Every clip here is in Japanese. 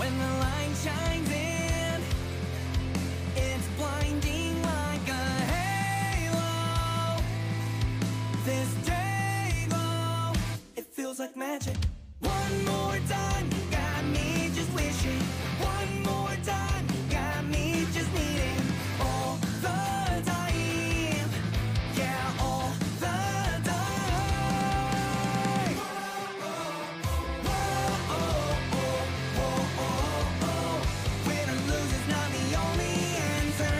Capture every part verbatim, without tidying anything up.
when the light shines in. It's blinding like a halo. This day glow, it feels like magic. One more time, you got me just wishing. One more time, you got me just needing. All the time, yeah, all the time. Whoa, oh, oh, oh, oh, oh. Win or lose is not the only answer.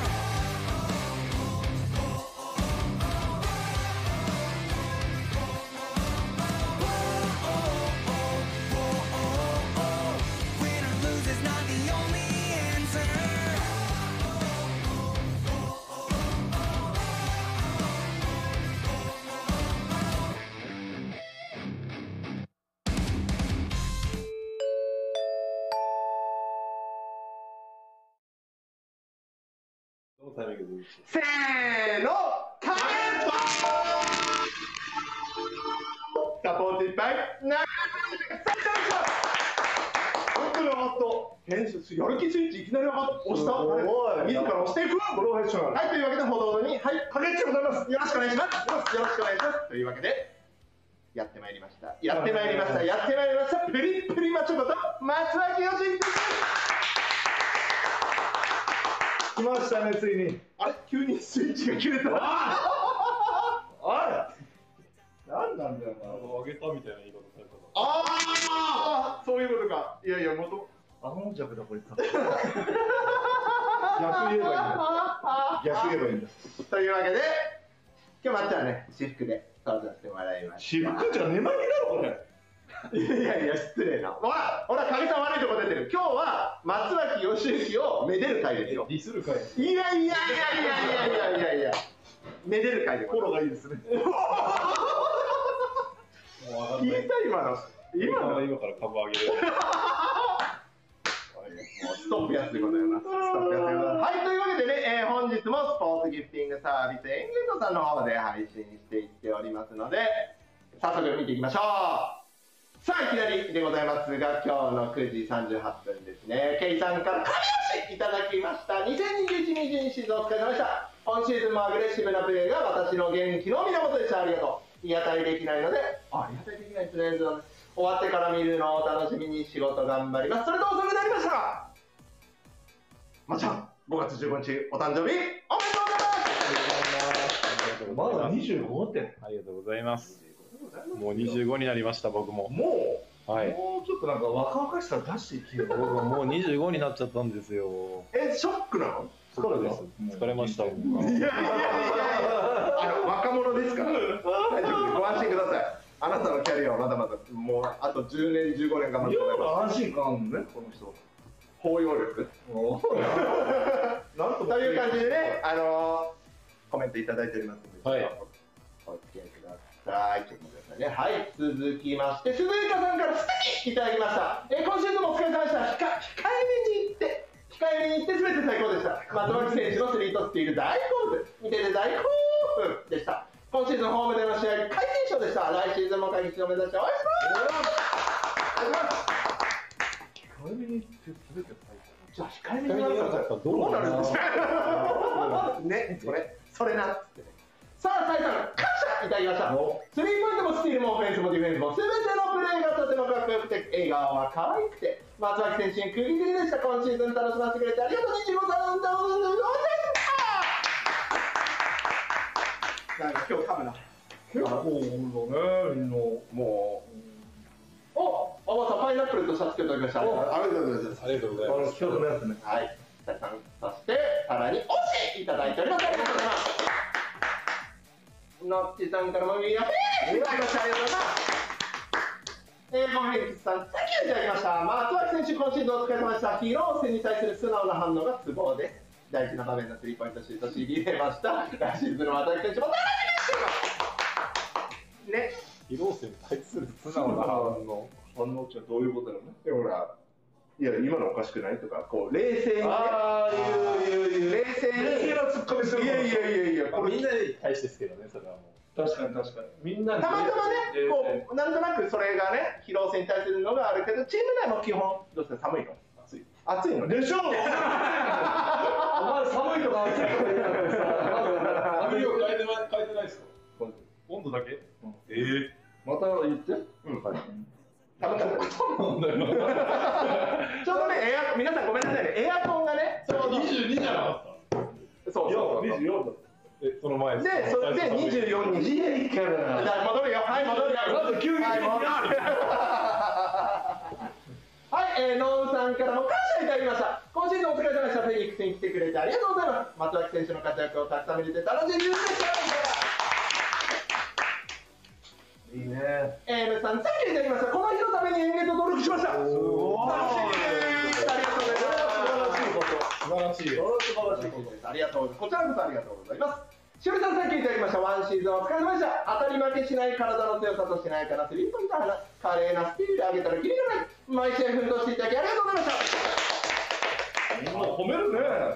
Win or lose is not the only answer. せーの、カレントサポートいっぱい、な本当に上がった。編集やる気スイッチいきなり上がった。押した。自ら押していく。プロフェッショナル。はい、というわけで、ほどほどに、はい、カレンチでございます。よろしくお願いします。よろしくお願いします。というわけで、やってまいりました。やってまいりました。やってまいりました。プリップリマチョコと松脇よしです。 来ましたね、ついに。 あれ急にスイッチが切れた。 ああなんなんだよな。 あげたみたいな言い方された。 ああ、そういうことか。いやいや、もと。 アホンジャクだ、こいつ。逆言えばいいんだ。逆言えばいいんだ。 というわけで、今日またはね、私服で登場してもらいました。 私服じゃねまぎだろ、これ。 いやいや、失礼な。ほら、ほら、影さん悪いとこ出てる。今日は松脇義之をめでる会ですよ。 ディスる会。 いやいやいやいやいやいやいやいや。めでる会でございます。 フォローがいいですね。 聞いた今の。今の今から株上げる。 もうストップやつでございます。ストップやつでございます。はい、というわけでね、えー、本日もスポーツギフティングサービスエンゲートさんの方で配信していっておりますので、早速見ていきましょう。さあ、いきなりでございますが、今日のくじさんじゅうはっぷんですね、ケイさんから神押しいただきました。にせんにじゅういち、にじゅうにシーズンお疲れ様でした。今シーズンもアグレッシブなプレーが私の元気の源でした。ありがとう。言い当たりできないので、ありがたいできないですね。終わってから見るのを楽しみに仕事頑張ります。それと遅くなりましたが、まっちゃん、ごがつじゅうごにちお誕生日おめでとうございます。 まだにじゅうごってん。 ありがとうございます。もうにじゅうごになりました、僕も。 もう、 はい、 もうちょっとなんか若々しさ出していきよ。 僕はもうにじゅうごになっちゃったんですよ。 え、ショックなの？ 疲れです。疲れました。いやいやいやいや、 あの若者ですから。大丈夫です。ご安心ください。あなたのキャリアはまだまだもうあとじゅうねん、じゅうごねん頑張ってもらいます。 安心感あるのね、この人。 包容力。 なんとという感じでね、あのー、コメントいただいておりますので、 はい、 お付き合いください。ちょっと待ってくださいね。はい、続きまして、鈴井香さんから素敵いただきました。えー、今シーズンもお疲れ様でした。控えめに行って、控えめに行って全て最高でした。松脇選手のスリートスティール大興奮、見てて大興奮でした。今シーズンホームでの試合、皆勤賞でした。来シーズンも皆勤賞を目指して応援します。 控えめに行って全て最高。 じゃあ控えめになったらどうなるんですかね、それ、それなっつってね。さあ、サイさん、感謝いただきました。スリーポイントもスティールもオフェンスもディフェンスも、すべてのプレーがとてもかっこよくて、笑顔は可愛くて、松脇選手に釘付けでした。今シーズン楽しませてくれてありがとう。にじゅうごさんだおめでとうございます。なんか今日噛むな。 結構おるのね、みんな。もう。 お、おばさん、パイナップルとシャツ着けておきました。ありがとうございます。 ありがとうございます。 今日のやつね。 はい。さん、そしてさらにおしいただいております。ありがとうございます。のっちさんからもみやいただきました。ありがとうございます。えー、モヘンキスさん、サンキューいただきました。松脇選手、今シーズンお疲れ様でした。ヒーロー戦に対する素直な反応がツボです。大事な場面のスリーポイントシュートしびれました。来シーズンの松脇選手も楽しみにしています。ね。 ヒーロー戦に対する素直な反応。 反応ってどういうことだろうね。 ほら。いや、今のおかしくないとか、こう、冷静にね。 ああ、いういういう。 冷静に。 冷静なツッコミする。 いやいやいやいや、 まあ、みんなに対してですけどね、それはもう。 確かに確かに。みんなたまたまね、こうなんとなくそれがね、疲労性に対するのがあるけど、チーム内も基本どうですか、寒いの？暑い。暑いのね。 でしょ。お前寒いとか暑いとか言うからさ。 寒いを変えてない変えてないですか？温度だけ？ええ。 また言って。 うん。はい。ちょうどね、エア皆さんごめんなさいね、エアコンがね、ちょうどにじゅうにじゃなかった？ そうそうそう。 にじゅうよんだ。 え、その前で、それでにじゅうよんにして、 いいから。 じゃあ戻るよ、はい、戻るよ。 なんで急にはい、戻る。はい、えー、ノンさんからも感謝いただきました。今シーズンお疲れ様でした。フェニックスに来てくれてありがとうございます。松脇選手の活躍をたくさん見れて楽しいニュースでした。 いいね。 エムさん、さっきいただきました。この日のためにエンゲート登録しました。 すごい。 楽しいです。ありがとうございます。 素晴らしいこと。 素晴らしい。 素晴らしいことです。 ありがとうございます。こちらこそありがとうございます。しおりさん、さっきいただきました。ワンシーズンお疲れ様でした。当たり負けしない体の強さとしないからスリーポイント花、華麗なスティールで上げたらキリがない。毎試合奮闘していただきありがとうございました。 みんな褒めるね。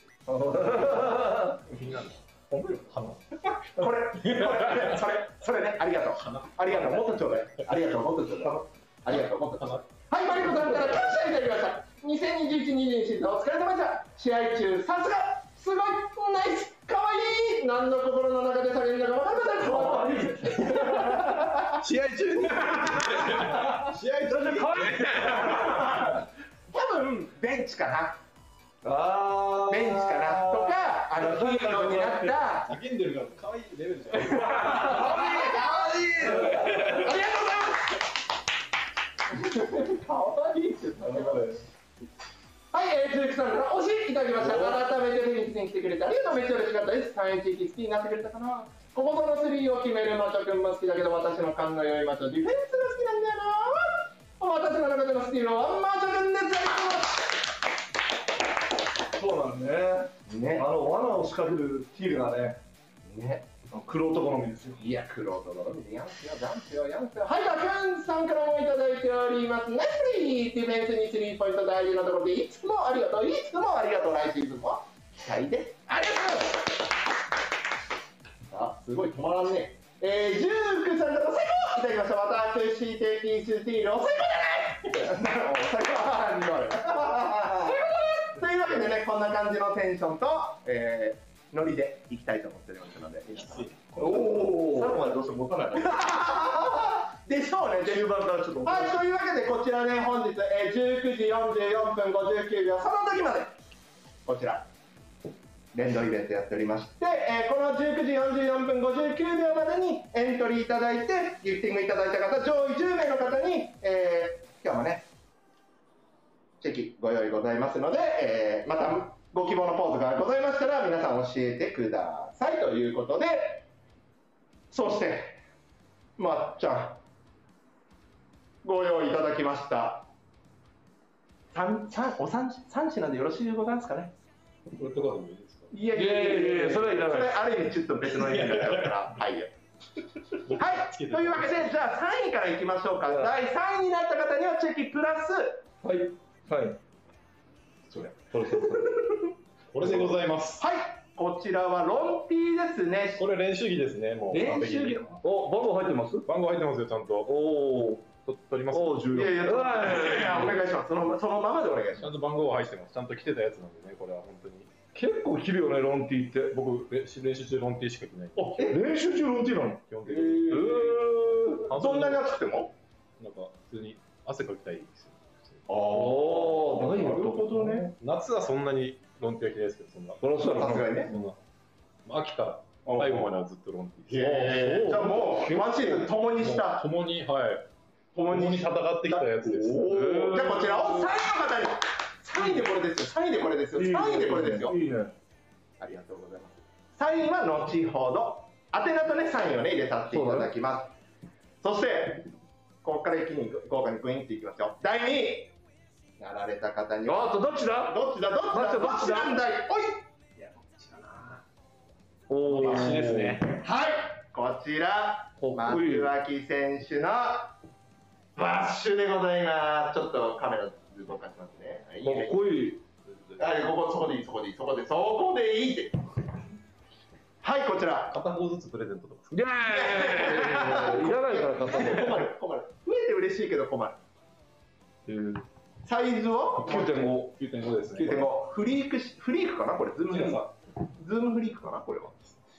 みんな褒める花。 これ、これ、それ、それね、ありがとう。ありがとう、もっとちょうだい。ありがとう、もっとちょうだい。ありがとう、もっとちょうだい。はい、マリコさんから感謝いただきました。にせんにじゅういちにじゅうにシーズンお疲れ様でした。試合中、さすが、すごい、ナイス、かわいい。何の心の中で叫んだか分からなかった。かわいい。 試合中に。試合中に。 多分、ベンチかな。 あベンチかなとか、あのヒーローになった。 叫んでるから可愛いレベルじゃん。 かわいい、かわいい。ありがとうございます。かわいいって言ったね。はい、えー、鈴木さんから推しいただきました。改めてフェニックスに来てくれてありがとう。めっちゃ嬉しかったです。さんエイチ地域好きになってくれたかな。ここぞのスリーを決めるマチョ君も好きだけど、私の勘の良いマチョディフェンスが好きなんだよな。私の中でのスティールはマチョ君です。ありがとうございます。 そうなんね。 ね、 あの罠を仕掛けるティールがね、 ね、 黒男好みですよ。 いや、クロートのロビでやんすよ、やんすよ、やんすよ。はい、ガクンさんからもいただいております。ナイスプリーディフェンスにスリーポイント大事なところでいつもありがとう、いつもありがとう、来シーズンも期待です。ありがとうございます。あ、すごい止まらんね。えー、ジュークさんから最高いただきました。私的スティールを最高じゃない最高はにわる。というわけでね、こんな感じのテンションと、えー、ノリでいきたいと思っておりますので、 おお。最後までどうしても持たない。 でしょうね。 中盤からちょっと。 はい、というわけでこちらね、本日、えー、じゅうくじよんじゅうよんぷんごじゅうきゅうびょう、その時までこちら連動イベントやっておりまして、えー、このじゅうくじよんじゅうよんぷんごじゅうきゅうびょうまでにエントリーいただいてギフティングいただいた方上位じゅうめいの方に、えー、今日もねチェキご用意ございますので、えー、またご希望のポーズがございましたら皆さん教えてくださいということで、そしてまっちゃんご用意いただきました。三三お三三品でよろしいでございますかね。 これとかでもいいですか？ いやいやいやいや、それはいらない。それある意味ちょっと別の意味になっちゃうから。はいよ。はい。というわけでじゃあさんいからいきましょうか。だいさんいになった方にはチェキプラス。 はいはい。 それ。それそれそれ。これでございます。 はい。こちらはロンティーですね。 これ練習着ですね。もう練習着。 お、番号入ってます？ 番号入ってますよちゃんと。おお。と取ります。 おお、重要。 いやいや、いやお願いします。そのそのままでお願いします。 ちゃんと番号入ってます。ちゃんと着てたやつなんでね、これは本当に。 結構着るよね、ロンティーって。 僕練習中ロンティーしか着ない。 あ、練習中ロンティーなの？ 基本的に。 えー、そんなに暑くても？ なんか普通に汗かきたいですよ。 ああ、なるほどね。 夏はそんなにロンティーは着ないですけど、そんな。 そらそうださすがにね。 そんな。秋から最後まではずっとロンティーへー。じゃあもうワンシーズン共にした。 共にはい共に戦ってきたやつです。 じゃあこちらをさんいの方に。さんいでこれですよ。さんいでこれですよ。さんいでこれですよ。 いいね。 ありがとうございます。さんいは後ほど。宛名とねさんいをね入れさせていただきます。そしてここから一気に豪華にグイーンっていきますよ。だいにいなられた方には。 あとどっちだ？ どっちだどっちだどっちなんだい。おい。いやこっちだな。 おお、 足ですね。 はい。こちら松脇選手のバッシュでございます。ちょっとカメラ動かしますね。 かっこいい。 あ、ここそこでいいそこでいいそこでそこでいいって。 はいこちら片方ずつプレゼントとか。 いやいやいやいやいやいらないから片方。 困る困る増えて嬉しいけど困る。 えーサイズはきゅうてんご。 きゅうてんごですね。 きゅうてんご。フリークしフリークかなこれズームフリークズームフリークかなこれは。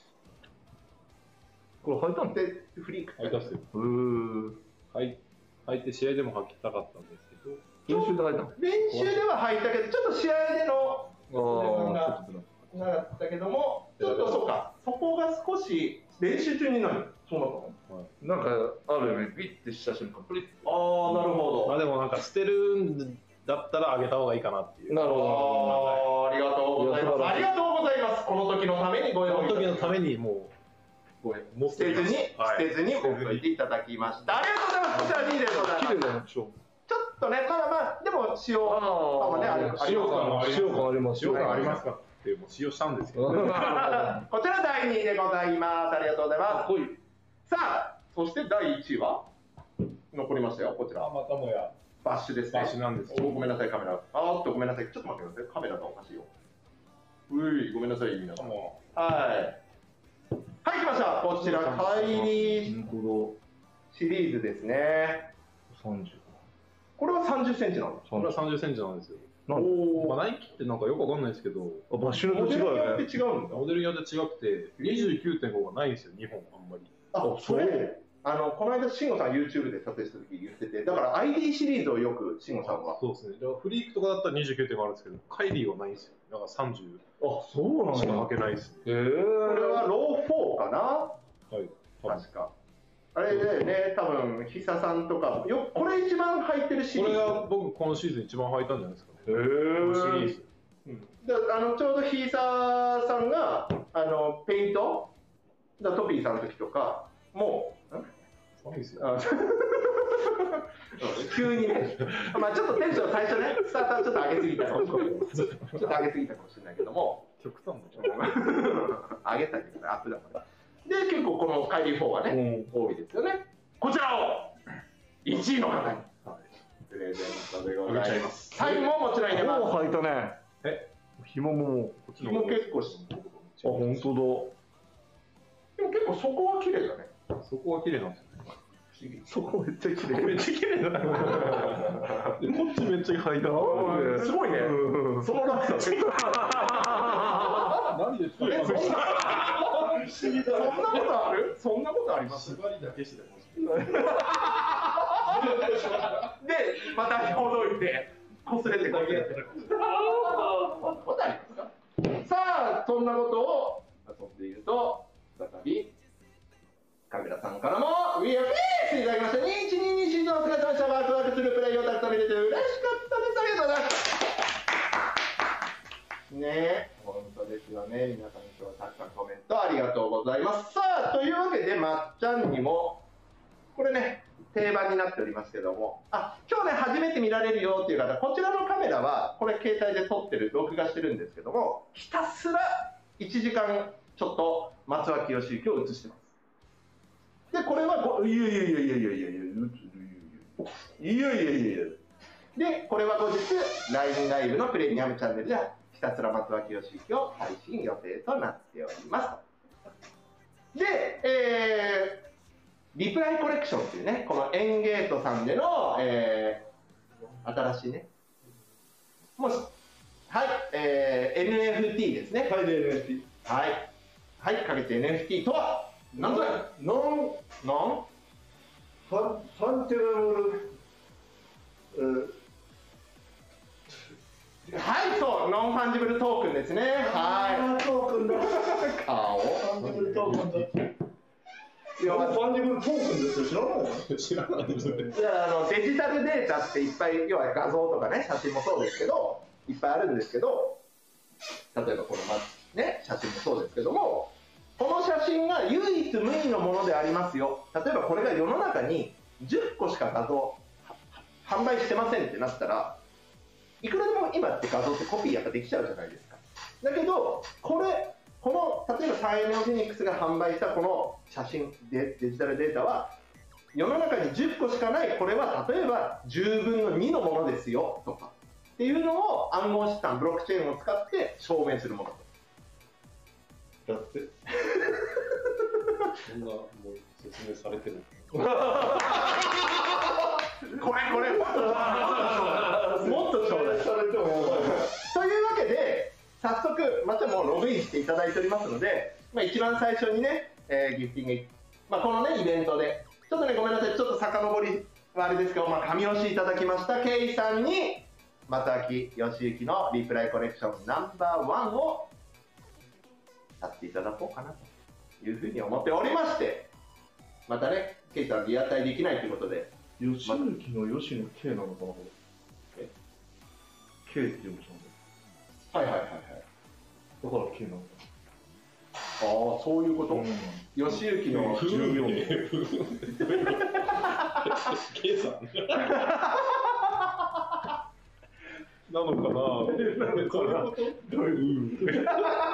これ履いたの？ でフリーク履いたっすよ。 うー。 はい履いて試合でも履きたかったんですけど。 練習で履いたの？ 練習では履いたけどちょっと試合でのああ。 なかったけどもちょっとそうかそこが少し練習中になるそうなのなんかあるよね。ビッてした瞬間プリッ。 ああなるほまあでもなんか捨てるんだったらあげた方がいいかなっていう。 なるほあーありがとうございますありがとうございますこの時のためにご用意その時のためにもうご用意持ってきま捨てずに、 すはい捨てずに持っておいていただきましたありがとうございますこちらにでございます綺麗だね。 ちょっとねまだまあでも塩感はねある塩感あり塩感あります。 塩感ありますかってもう使用したんですけど。 かこちらだいにいでございますありがとうございますっこいい。 さあそしてだいいちいは残りましたよこちらあまたもやバッシュですねバッシュなんです。 おごめんなさいカメラあーっとごめんなさいちょっと待ってくださいカメラがおかしいよういごめんなさい皆さんもはいはい来ましたこちらカイリー本シリーズですね当だ。三十。 これはさんじゅっセンチなのうこれはさんじゅっセンチなんですよ。 なんで？ おまあナイキってなんかよくわかんないですけど、 あバッシュのモと違うデルによってよね。 違うんだモデルによって違くてにじゅうきゅうてんごがないんですよ日本あんまり。 あそれあのこの間慎吾さん YouTube で撮影した時言っててだから アイディー シリーズをよく慎吾さんはそうですね。だからフリークとかだったらにじゅうきゅうてんごあるんですけど、カイリーはないんですよ。だからさんじゅうあそうなんしかだ。 履けないですね。 へえ。 これはローフォーかなはい。多分確かあれだよね多分久さんとかよこれ一番履いてるシリーズこれが僕このシーズン一番履いたんじゃないですかね。 へこのシリーえ。 ズ。 うんであのちょうど久さんがあのペイントだトピーさんの時とかもう寒いですよ。 あ急にね、まあちょっとテンション最初ね、スタートはちょっと上げすぎたかもしれない。ちょっと上げすぎたかもしれないけども、 極端だ。 上げたけどね、アップだから。で、結構このカイリーフォーはね、多いですよね。こちらをいちいの方にプレゼントでございます。サインももちろん入れます。 もう履いたね。 え紐ももう。 こっち紐結構し、 あ本当でも結構そこは綺麗だね。 そこは綺麗なんですよね。 だ。そこめっちゃ綺麗。 めっちゃ綺麗だな。こっちめっちゃ履いた。 すごいね。 うんその落差。 何で作るの？ そんなそんなことある？そんなことあります？ 縛りだけしてほしい。 で、またほどいて、こすれてこすれて。そんなことありますか？さあ、そんなことを遊んでいると、再び、カメラさんからも、ウィアフィースいただきました。にいちににシーズンお疲れ様でした。ワクワクするプレイをたくさん見れて嬉しかったです。ありがとうございます。ねえ、本当ですよね。皆さん今日たくさんコメントありがとうございます。さあ、というわけで、まっちゃんにも、これね、定番になっておりますけども、あ、今日ね、初めて見られるよっていう方、こちらのカメラは、これ携帯で撮ってる、録画してるんですけども、ひたすらいちじかんちょっと松脇義行を映してます。で、これはご、いやいやいやいやいやいやいや、いやいやいやいやいや。で、これは後日、ライン ライブのプレミアムチャンネルで、ひたすら松脇義行を配信予定となっております。で、えー、リプライコレクションっていうね、このエンゲートさんでの、えー、新しいね、もし、はい、えー、エヌエフティー ですね。 はい、で エヌエフティー。 はい。はい、かけて エヌエフティー とは、何ぞやノンノファファンテナル、えーンはい、そう、ノンファンジブルトークンですね。はトークンだ。 い。顔。 ファンジブルトークンだ。いや、ファンジブルトークンですよ。知らない？ 知らないですね。 いやあのデジタルデータっていっぱい、要は画像とかね、写真もそうですけど、いっぱいあるんですけど、例えばこの、まね、写真もそうですけども、この写真が唯一無二のものでありますよ。例えばこれが世の中にじゅっこしか画像販売してませんってなったら、いくらでも今って画像ってコピーやっぱできちゃうじゃないですか。だけど、これ、この例えばサイエノフェニックスが販売したこの写真でデジタルデータは、世の中にじゅっこしかない、これは例えばじゅうぶんのにのものですよとかっていうのを暗号資産、ブロックチェーンを使って証明するもの。 だってそんなもう説明されてる。 これこれもっとちょうだい。 されてもやばい。 というわけで早速またもうログインしていただいておりますので、まあ、一番最初にね、えー、ギフティング、まあ、このねイベントでちょっとねごめんなさい、ちょっと遡りはあれですけど、まあ、神押しいただきましたケイさんに松木義之のリプライコレクションナンバーワンをさせていただこうかなというふうに思っておりまして、またねケイさんリアタイできないということで、 吉行の吉の K なのかな、これ。え ?K って読むじゃん。 はいはいはいはい、 だから K なのかああそういうこと、 な。 義行のじゅうよん。 ケイさんなのかな。 どういうこと？どういうあ、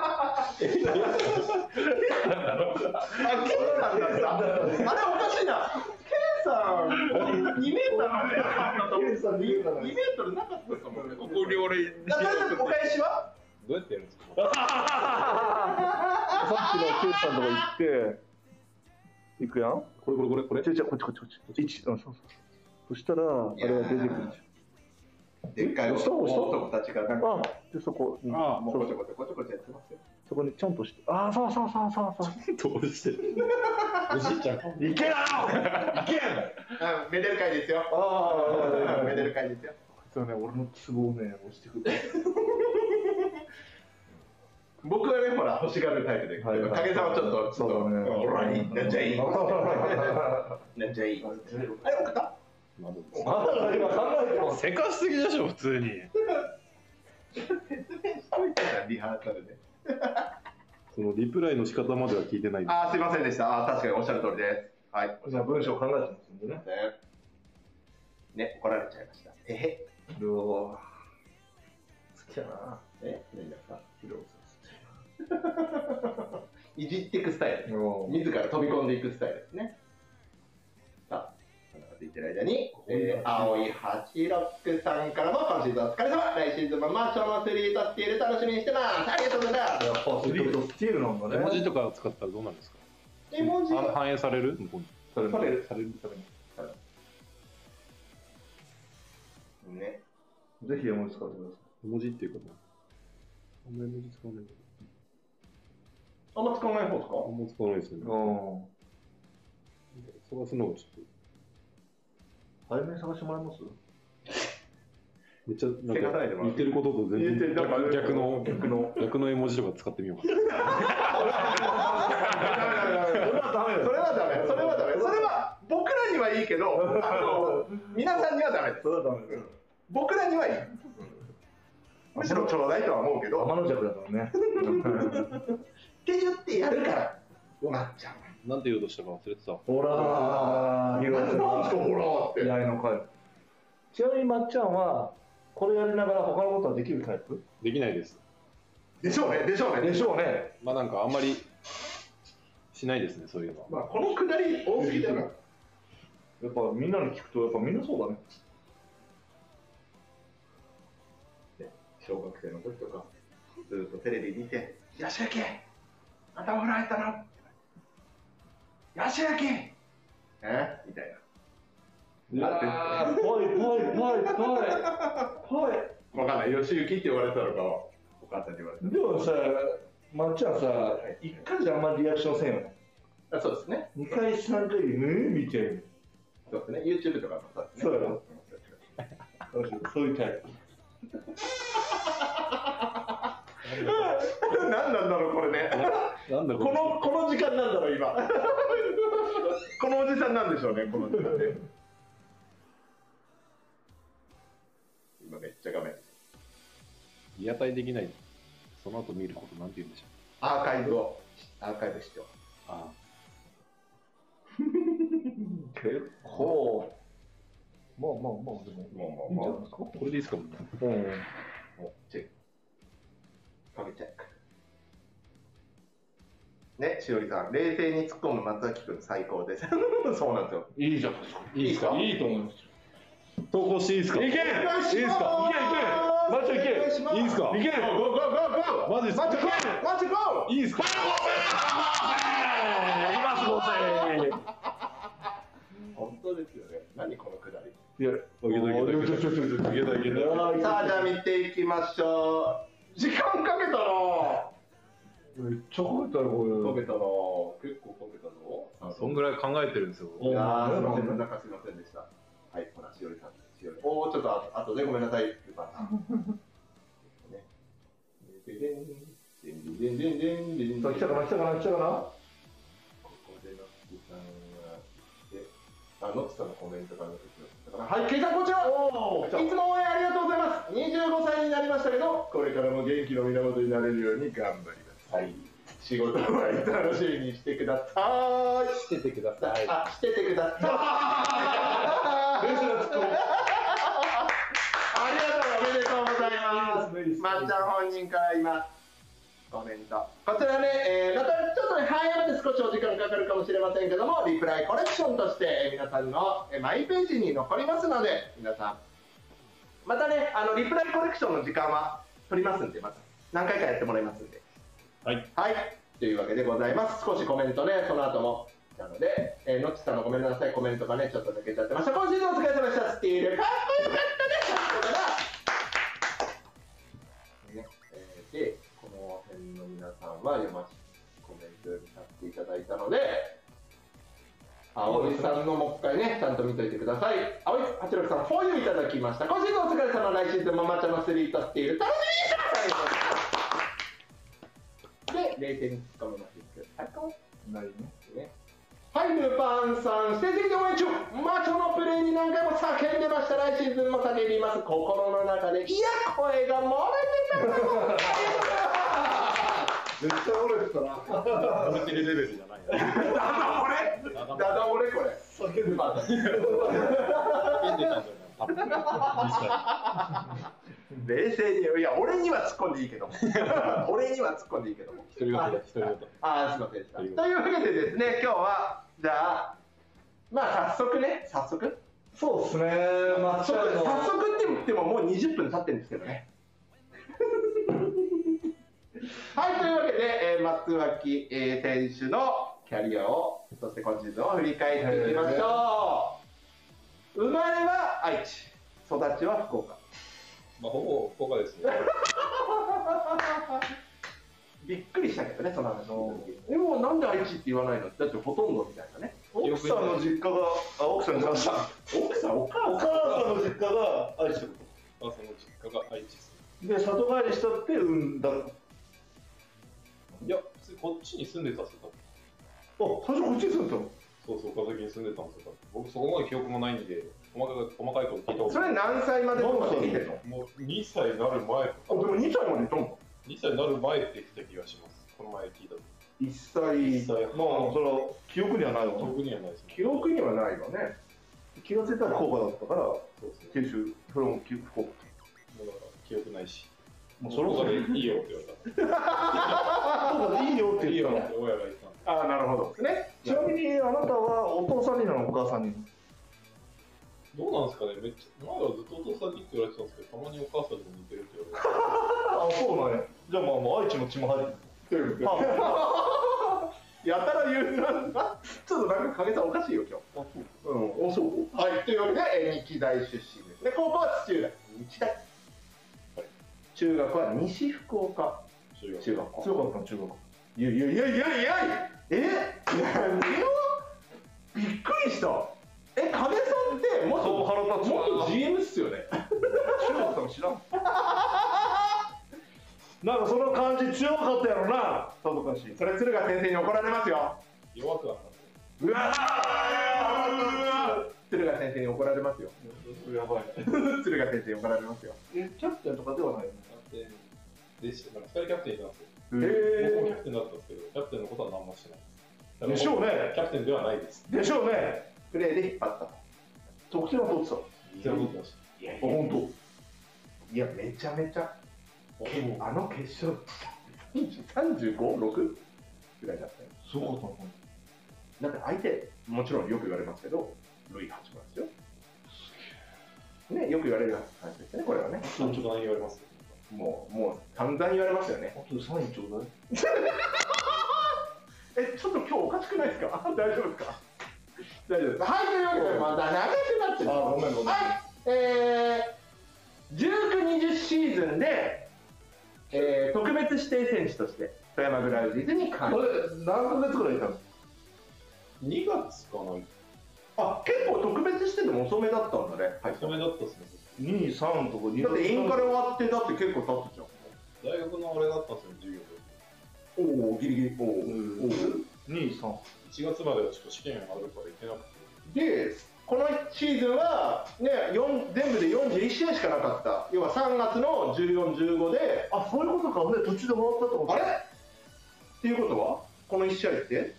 ケイさんだった。あれおかしいな。ケイさんにメーターまでなかったと思う。 ケイさんにメーターにメートルなかったと思う。 ここに俺お返しは？ どうやってやるんですか。 さっきの K さんとか行って行くやん。 これこれこれこれ。 違う違う、こっちこっちこっち。一、うん、そうそう。そしたらあれが出てくるんですよ。 でっかい男たちがなんかあ、でそこ、うん、 ああもうこちょこちょこちょこちょやってますよ。 そこにちょんとして、ああ、そうそうそうそうそう。 どうしてる。おじいちゃん。 いけなよ。いけん。 うん、めでる会ですよ。 ああ、 めでる会ですよ。 そうね、俺のツボをね、押してくる。 僕はね、ほら欲しがるタイプで、 はいはい、 影さんはちょっと、 そうだね。 ほらいい、なんじゃいい。なんじゃいい。あれ、送った？ まだ今考えてます。 せかしすぎでしょ普通に。 説明しといてたリハーサルで。 そのリプライの仕方までは聞いてない。 あー、すいませんでした。あー、確かにおっしゃる通りです。はい。 じゃあ文章考えてますんでね。 ね、怒られちゃいました。えへ。 うわ好きやな。 え、何ですか？いじっていくスタイル。自ら飛び込んでいくスタイルですね。さあ、話していってる間に、えー、青いハチロックさんからも今シーズンお疲れ様。来シーズンもマッチョのスリーとスティール楽しみにしてます。ありがとうございます。 やっぱスリーとスティールなんだね。 絵文字とか使ったらどうなんですか。 絵文字反映される？向こうに。 される。 される。 される。される。 ね。 ぜひ絵文字使ってください。 絵文字っていうかな。あんま絵文字使わない。 あんま使わない方ですか？ あんま使わないですよね。探すのがちょっと。 早めに探してもらえます？ めっちゃなんか言ってることと全然逆の逆の逆の絵文字とか使ってみようかな。 それはダメ。それはダメ。それは僕らにはいいけど、あの皆さんにはダメです。 それはダメです。 僕らにはいい。むしろちょうだいとは思うけど。 天の弱だからね。 って言ってやるから。なっちゃう。 なんて言おうとしたか忘れてた。 ほらー、 なんですかほらーって。 いやいの回。ちなみにまっちゃんはこれやりながら他のことはできるタイプ？ できないです。 でしょうね。でしょうね。 でしょうね。 まあなんかあんまりしないですね、そういうのは。 まあこのくだり多すぎだな。 やっぱみんなに聞くとやっぱみんなそうだね。 小学生の時とかずっとテレビ見て「よしあきあんたお風呂入ったの?」よしあきえみたいな。 ああ、ぽいぽいぽいぽいぽい。 わかんない。よしゆきって言われたのかお母さんに言われた。 でもさ、まっちゃんさ、一回じゃあんまりリアクションせんよね。 あ、そうですね。 二回三回でうん見ちゃう。 そうですね。YouTube とかもそうですね。 そうよ。そういうタイプ。 何なんだろうこれね。 なんだこのこの時間なんだろう今。このおじさんなんでしょうねこの時間で。今めっちゃ画面。 リアタイできない。その後見ることなんて言うんでしょう。 アーカイブをアーカイブして。 ああ。 結構。まあまあまあでも。 まあまあまあ。 これでいいですかも。 うん。 おチェック。かけチェック。ね、しおりさん、冷静に突っ込む松崎くん最高です。そうなんですよ。 いいじゃん。 いいですか。 いいと思います。 投稿していいですか。 いけ。いいですか。いけいけ。 ます。 マッチョいける。 お願いしますいいですかいける。 ゴーゴーゴーゴー。 マジですかマッチョゴー。マッチョゴー。 いいですか今すごせ本当ですよね。何このくだり。 いや、 いけたいけたいけたいけたいけたさあじゃあ見ていきましょう。時間かけたな。 めっちゃかけたよ、これ。 かけたな。結構かけたぞ。 そんぐらい考えてるんですよ。 いやー、すみません、なんかすみませんでした。はい、ほら、しおりさん、しおり。おー、ちょっとあとでごめんなさい、ルパンさん。ね。でんでんでんでんでんでんでんでん。 来たかな、来たかな、来たかな。 ここでノッチさんが来て、あ、ノッチさんのコメントが出てきましたから。はい、ケイさん、こちら。 おー、来た。 いつも応援ありがとうございます。にじゅうごさいになりましたけど、これからも元気の源になれるように頑張ります。はい。仕事は楽しみにしてください。 しててください。 あ、しててください。ありがとう、おめでとうございます。まっちゃん本人から今コメント。こちらね、えー、またちょっとね、早めて少しお時間かかるかもしれませんけども、リプライコレクションとして、えー、皆さんの、えー、マイページに残りますので、皆さん、またね、あのリプライコレクションの時間は取りますんで、また何回かやってもらいますんで。 はい。 はい。というわけでございます。少しコメントね、その後も。なので、えー、のっちさんのごめんなさい、コメントがね、ちょっと抜けちゃってました。今シーズンお疲れ様でした。スティール、かっこよかったね。ねえー、で、この辺の皆さんは読まし、コメント読みさせていただいたので、葵さんのもう一回ね、ちゃんと見といてください。葵はちろくさん、フォーユーいただきました。今シーズンお疲れ様、来シーズンもママちゃんのスリートスティール、楽しみにしてください。で、れいてんに突っ込みます。最高ないね。 ね、はい、ルパンさん、成績で応援中。マチョのプレーに何回も叫んでました。来シーズンも叫びます。心の中で、いや、声が漏れてた。 絶対折れてたな。 漏れてるレベルじゃないよ。 ダダ漏れダダ漏れこれ。 叫んでた。 叫んでたんじゃない多分実際。 冷静に、いや、俺には突っ込んでいいけども。俺には突っ込んでいいけども。 一人ごとだ、一人ごと。 ああ、すみませんでした。というわけでですね、今日は、じゃあ、まあ、早速ね、早速。 そうですね。 早速、早速って言ってももうにじゅっぷん経ってるんですけどね。はい、というわけで、えー、松脇、えー、選手のキャリアを、そして今シーズンを振り返っていきましょう。生まれは愛知、育ちは福岡。 まあ、ほぼ福岡ですね。 びっくりしたけどね、その話の時。でも、なんで愛知って言わないの？だってほとんどみたいなね。 奥さんの実家が、あ、奥さんの実家。 奥さん、お母さん。 お母さんの実家が愛知ってこあ、その実家が愛知です。 と。で、里帰りしたって産んだ。 いや、普通こっちに住んでたんですよ。 あ、最初こっちに住んでたの？ そうそう、岡崎に住んでたんですよ。僕そこまで記憶もないんで、細かい細かいこと聞いたことそれ何歳までとかで見てるの？ もうにさいになる前とあ、でか、 もにさいまでいたの？ にさいになる前って言ってた気がします。この前聞いたと。 いっさい。 いっさいまあ、それは記憶にはないわ記憶にはないですね。 記憶にはないわね。 気がついたら福岡だったから、 そうですね。 九州、それも福岡。 もうだから記憶ないし。 もうそそれれでいいよって言われた。 福岡でいいよっていい言ったの。 よって親が言ったんで。 ああ、なるほどですね。 ちなみにあなたはお父さんになのお母さんになの？ どうなんですかね、めっちゃ、前はずっとお父さんにって言われてたんですけど、たまにお母さんにも似てるって言われて。 あ、そうなんや。じゃあまあもう愛知の血も入ってる。 やたら言うな。ちょっとなんか影さんおかしいよ、今日。 あ、そう。うん、あ、そう。 はい、というわけで、えー日大出身ですね。高校は土浦日大。中学は西福岡中学中学校。 強かったの中学。 いやいやいやいやいやえ何をびっくりした。え、影さんって元そう腹立つわ元 ジーエム っすよね。 中学ったの知らん。なんかその感じ強かったやろな。さぞかし。 それ敦賀先生に怒られますよ。 弱くはなかっうわー敦賀先生に怒られますよ。 やばい。 敦賀先生に怒られますよ。 え、キャプテンとかではないよね。 た。キャプテンでした。なんかふたりキャプテンいたんですよ。 へ僕もキャプテンだったんですけど、キャプテンのことは何もしてない。 でしょうね。 キャプテンではないです。 でしょうね。 プレーで引っ張った。 得点は取ってた。 全部持ってました。 いやあ、本いや、めちゃめちゃ。けもうあの決勝、さんじゅうご、ろくぐらいだったよ。 当。すごかったの。 だって相手、もちろんよく言われますけど、ルイはちばんですよ。ね、よく言われる話ですよね、これはね。 ちょっと何言われますもう、もう散々言われましたよね。 あとサインちょうだい。 え、ちょっと今日おかしくないですか？大丈夫ですか？大丈夫です。はい、というわけで、また長くなってる。 あ、ごめんごめん。 はい、えー、じゅうく、にじゅうシーズンで、えー、特別指定選手として富山グラウジーズに加入。 これ何ヶ月くらいいたんですか？ にがつかな。 あ、結構特別指定でも遅めだったんだね。はい。 遅めだったっすね。 に、さんとかに。 だってインカレ終わってだって結構経ったじゃん。 大学のあれだったんですよ、授業で。 おお、ギリギリ。おお、 うんおに、さん。 いちがつまではちょっと試験があるから行けなくて。 で、このシーズンは、ね、よん全部でよんじゅういち試合しかなかった。要はさんがつのじゅうよん、じゅうごで、 あ、そういうことか。ね、途中で回ったと思って。 あれっていうことは、このいち試合って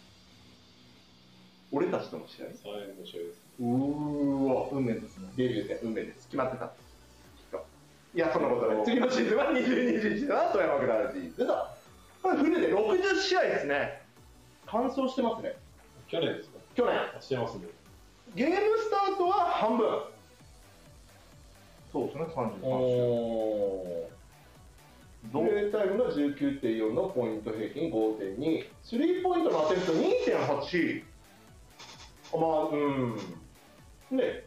俺たちとの試合さんえんの試合です。 うーわ、 運命ですね。 デビュー戦、運命です。決まってた。きっと。いや、そんなことない。次のシーズンはにじゅうに、にじゅういちは富山グラウジーズと。これフルでろくじゅう試合ですね。完走してますね。 去年ですか？ 去年。 してますね。 ゲームスタートは半分。 そうですね、さんじゅうさんおどうプレータイムが じゅうきゅうてんよん のポイント平均 ごてんに、スリーポイントのアテンプト にてんはち。あ、まあ、うん。ね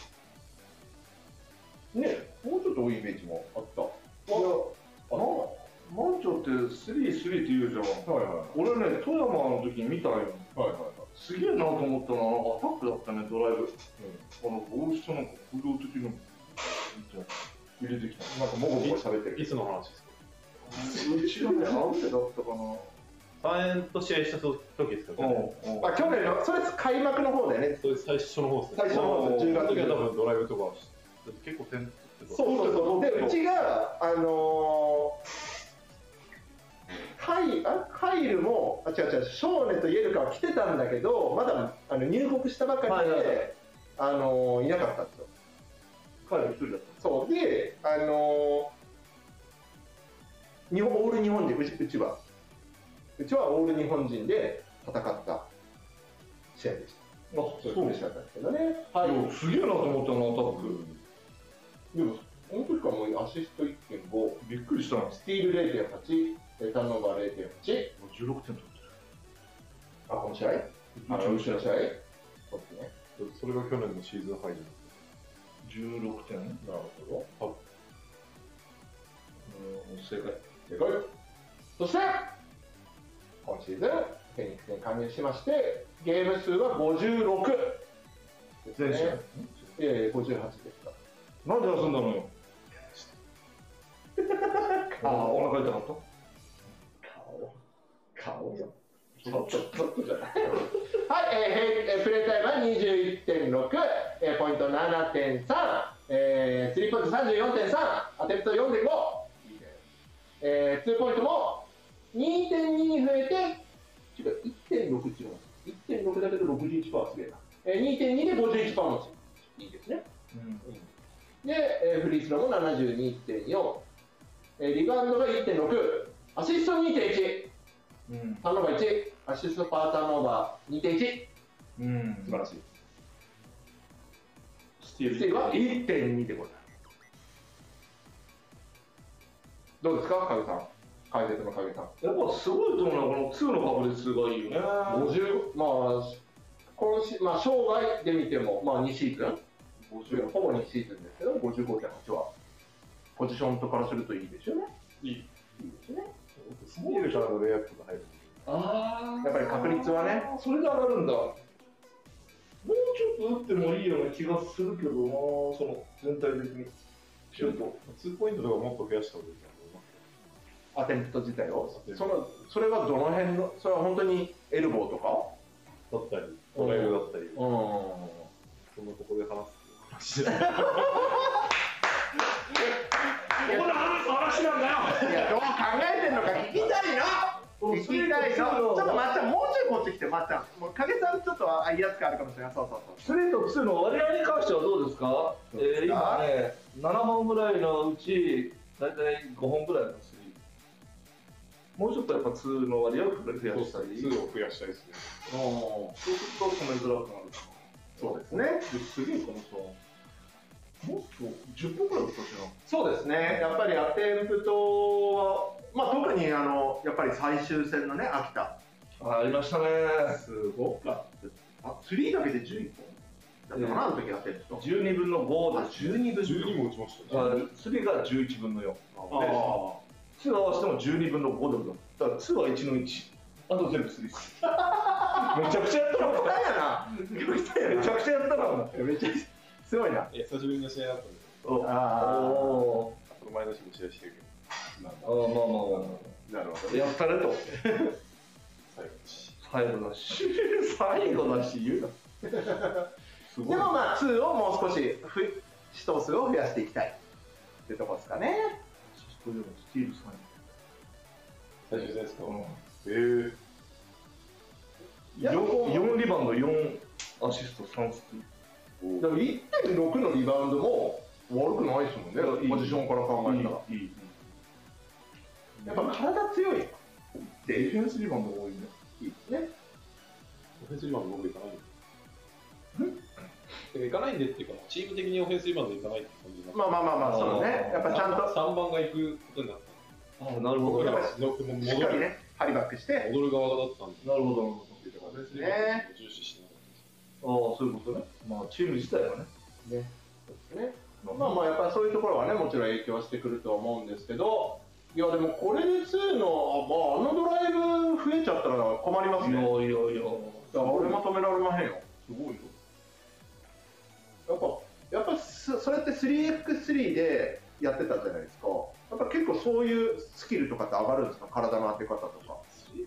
ねもうちょっと多いイメージもあった。 いや、 あ、 マンチョってスリー、スリーって言うじゃん。 はいはい俺ね、富山の時見たよ。 はいはいはい。 すげえなと思ったのは、アタックだったね、ドライブ。あの、ゴール下なんか、風量的に入れてきた。 なんかもごもご喋ってる。 いつの話ですか？ うちがね、なんでだったかな。 さんえんと試合した時ですか？ うん。 あ、去年の、それ開幕の方だよね。 それ最初の方ですね。 最初の方です。じゅうがつその時は多分ドライブとか結構点取ってた。 そうそうそう。で、うちが、あのー、カイあカイルも、あ、違う違う、ショーネとイエルカは来てたんだけど、まだあの入国したばかりで、 はいはいはいあのー、いなかったんですよ。 彼一人だっそう。で、あのー、日本オール日本人、うちうちは、うちはオール日本人で戦った試合でした。 た。あ、 そう嬉しかったんですけどね。 はい。すげえなと思ったな、アタック。 でも、この時からもうアシスト いってんご、 びっくりしたな。 スティール れいてんはち、ターンオーバー れいてんはち、 じゅうろくてん取ってあ、この試合あの、後ろの試合そうですね。 それが去年のシーズンハイじゃないですか。 じゅうろくてん。 なるほど。 うん、正解。 正解。そして、今シーズン、フェニックスに加入しまして、ゲーム数はごじゅうろくですね。 全試合。 いやいや、ごじゅうはちですか。 なんで休んだのよ。あ、お腹痛かった。 顔、顔よ。ちょっと、ちょっとじゃない。はい、えー、えー、プレータイムは にじゅういってんろく、えー、ポイント ななてんさん、えー、スリーポイント さんじゅうよんてんさん、アテンプト よんてんご、えー、ツーポイントも にてんに に増えて、違う、いってんろく 違う。いってんろく だけど ろくじゅういちパーセント すげえな。えー、にてんに で ごじゅういちパーセント 持ち。いいですね。 うん。 で、えー、フリースローも ななじゅうにてんよん、えー、リバウンドが いってんろく、アシスト にてんいち、 うん。 ターンオーバーいち、アシストパーターンオーバー にてんいち、 うん。 素晴らしい。 スティール。 スティールは いってんに でございます。どうですか、影さん。解説の影さん。 やっぱすごいと思うのは、このツーの確率がいいよね。 ごじゅう、まあ、今シまあ、生涯で見ても、まあ、にシーズン、ごじゅうほぼにシーズンですけど、ごじゅうごてんはちは、ポジションとからするといいですよね。 いい。 いいですね。 スティールからのレイアップが入る。 あやっぱり確率はね。 それで上がるんだ。もうちょっと打ってもいいような気がするけどな、その全体的に。シュート。 ツーポイントとかもっと増やした方がいいと思います。 アテンプト自体をアテンプトそのそれはどの辺の、それは本当にエルボーとかだったり、ドライブだったり、 うん。 そんなここで話すっていう話です。 ここで話す話なんだよ。 いや、どう考えてんのか聞きたいな。聞きたいの。ちょっとまっちゃん、もうちょいこっち来て、まっちゃん。もう影さんちょっと言いやすくあるかもしれない。そうそうそう。 スリーとツーの割合に関してはどうですか？ どうですかえー、今ね、ななほんぐらいのうち、だいたいごほんぐらいのスリー。もうちょっとやっぱツーの割合を増やしたり。 ツーを増やしたいですね。 そうすると止めづらくなるかな。 そうですね。 すげえこの人。 もっとじゅっぽんくらいだったしな。 そうですね、やっぱりアテンプトは、まあ、特にあのやっぱり最終戦のね、秋田、 ありましたね。 すごかった。あ、スリーだけでじゅういっぽんだったかな、あの時アテンプト。 じゅうにぶんのごでじゅうにぶんじゅうにも打ちましたあスリーがじゅういちぶんのよん。 あツー合わせてもじゅうにぶんのごでもだからツーはいちのいち。あと全部スリーです。めちゃくちゃやったな。 極端やな。極端やな。 めちゃくちゃやったな。 めっちゃすごいな。 久しぶりの試合だったんですおあおこの前の日も試合してるけど、 ああ、まあまあまあ。 なるほど。 やったねと。 最後だし。 最後だし。最後だし言うな。すごい。 でもまあツーをもう少しふ試投数を増やしていきたいってとこですかね。 スティールさん。 最終戦ですか。 うん。 へえ。 よんリバウンド、よんアシスト、さんスティール。 でも いってんろく のリバウンドも悪くないですもんね、ポジションから考えたら。 いい、いい。 やっぱ体強い。 ディフェンスリバウンドが多いね。 いいですね。 オフェンスリバウンド僕行かないんで。行かないんでっていうか、チーム的にオフェンスリバウンド行かないって感じになって。 まあまあまあまあ、そうね。やっぱちゃんとさんばんが行くことになった。 ああ、なるほど。 僕らなるは戻る、 しっかりね、ハリバックして。 戻る側だったんで。 ほど、なるほど。 オフェンスリバウンドを重視しながら。 ああ、そういうことね。まあ、チーム自体はね。 ね。そうですね。まあまあ、やっぱりそういうところはね、もちろん影響してくるとは思うんですけど、いや、でもこれでツーの、まあ、あのドライブ増えちゃったら困りますね。 いやいやいや。 俺も止められまへんよ。 すごいよ。 やっぱ、やっぱそそれって スリーエックススリー でやってたじゃないですか。やっぱ結構そういうスキルとかって上がるんですか、体の当て方とか。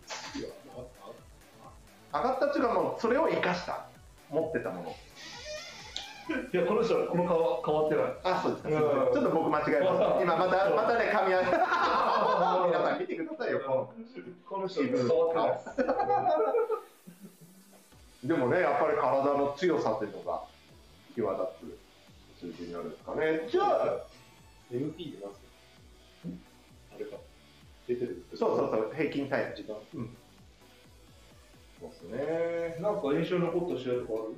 上がったっていうか、もうそれを生かした、持ってたもの。 いや、この人はこの顔変わってない。 あ、そうですか。ちょっと僕間違えました。今また、またね、噛み合わせ。皆さん見てくださいよ、ここの人変わってない。 でもね、やっぱり体の強さっていうのが際立つ数字になるんですかね。じゃあ、 エムピー って何ですか？あれか。出てる。 そうそうそう、平均タイム。 時間。 うん。そうですね。 なんか印象に残った試合とかある？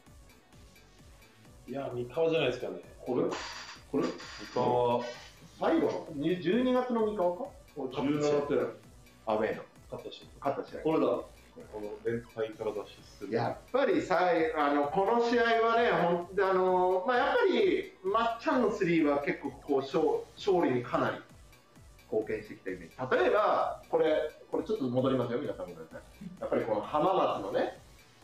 いや、三河じゃないですかね。 これこれ三河、 最後のじゅうにがつのみかかじゅうななてん。 アウェーの勝ったし。 勝った試合。 これだ。 この連敗から脱出する。 やっぱりさいあのこの試合はね、ほんあのまあ、やっぱりまっちゃんのスリーは結構こう勝勝利にかなり貢献してきたイメージ。例えばこれ、これちょっと戻りますよ、皆さんごめんなさい。やっぱりこの浜松のね、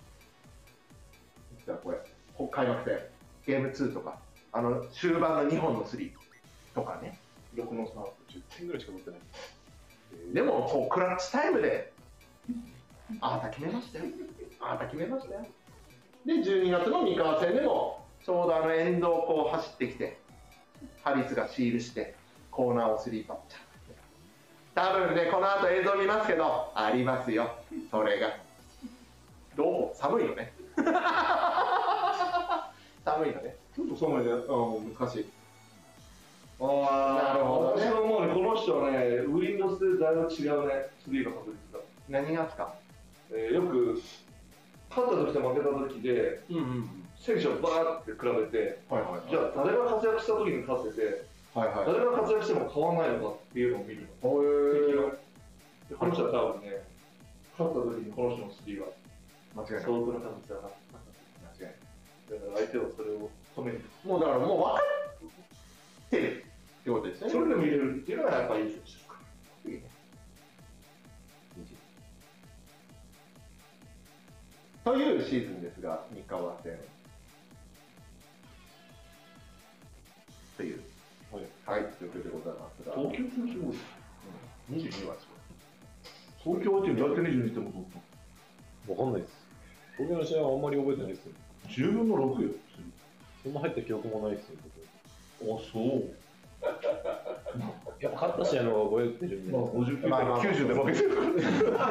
じゃあこれ、開幕戦、ゲームツーとか、あの終盤のにほんのスリーとかね、 ろくのさん。 じゅってんぐらいしか持ってない。 でもこうクラッチタイムで、あなた決めましたよ、あなた決めましたよ。で、じゅうにがつの三河戦でも、ちょうどあのエンドをこう走ってきて、ハリスがシールして、コーナーをスリーパッチャー。多分ね、この後映像見ますけど、ありますよ、それが。どう寒いよね。寒いよね。 ちょっと寒いね。あ難しい。 ああ、 なるほどね私はもうね、この人はね、ウィンドウズでだいぶ違うね、スリーが確率が。 何がですか？ えーよく、勝った時と負けた時で、 うんうん。 選手をバーって比べて、 はいはいはい。 じゃあ誰が活躍した時に勝ってて、 はいはい。 誰が活躍しても変わらないのかっていうのを見るの。 おーでこの人は多分ね、勝った時にこの人のスリーは間違いない。 相当な確率だな。 間違いない。 だから相手はそれを止める。 もうだからもう分かってるってことですよね。 それで見れるっていうのがやっぱりいい選手ですか。 いいね。というシーズンですが、三河戦。という。 はい。 はい、ということでございますが。 東京戦すごい。 にじゅうにはす東京相手に大体にじゅうにしてもわかんないです。東京の試合はあんまり覚えてないですよ。 じゅうぶんのろくよ。 そんな入った記憶もないですよ。 あ、そう。 やっぱ勝った試合の方が覚えてるんで。 まあ、ごじゅうきゅうまあまあからきゅうじゅうで負けてるから。 笑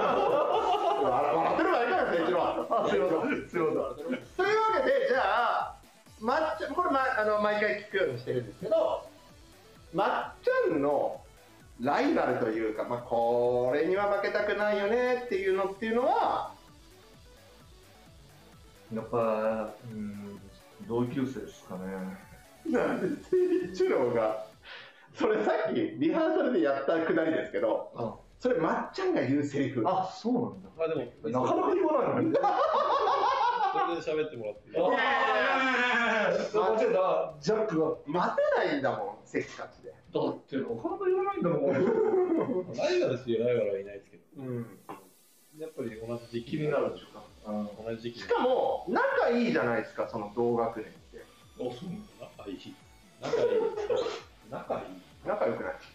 ってる場合かよ、選手は。あ、すいません。すいません。というわけで、じゃあ、まっちゃん、これ、ま、あの毎回聞くようにしてるんですけど、まっちゃんのライバルというか、まあ、これには負けたくないよねっていうのっていうのは、 やっぱ、うん、同級生ですかね。 なんで誠一郎が、それさっきリハーサルでやったくだりですけど、 あそれまっちゃんが言うセリフ。 あ、そうなんだ。 あ、でも、 なかなか言わないのに。 それで喋ってもらっていい？ いやいやいやいや、そこでだ、ジャックが。 待てないんだもん、せっかちで。 だってなかなか言わないんだもん。 ライバルですよ、ライバルはいないですけど。 うん。 やっぱり同じ時期気になるでしょ。 同じ時期しかも、仲いいじゃないですか、その同学年って。 あ、そうなんだ。 仲いい。仲いい。仲いい。 仲良くない。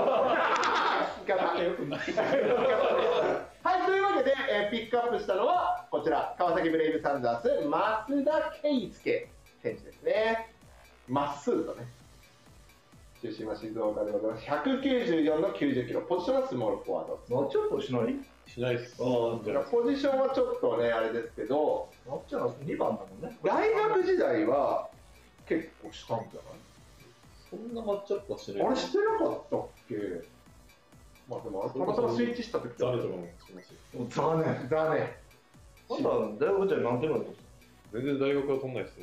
仲良くない。はい、というわけで、えー、ピックアップしたのはこちら、川崎ブレイブサンダース増田圭介選手ですね。まっすぐとね、出身は静岡でございます。ひゃくきゅうじゅうよんのきゅうじゅっキロ、ポジションはスモールフォワード。 なっちゃんとしないしないです。 ああ、じゃあ、 ポジションはちょっとね、あれですけど、 なっちゃんはにばんだもんね。 大学時代は結構したんじゃない？ そんなマッチアップはしてない。 あれしてなかったっけ？まあでも、たまたまスイッチした時誰とかもしてますよ。 残念。 だね。 あんた、大学時代何点ぐらいだった全然大学は取んないですよ。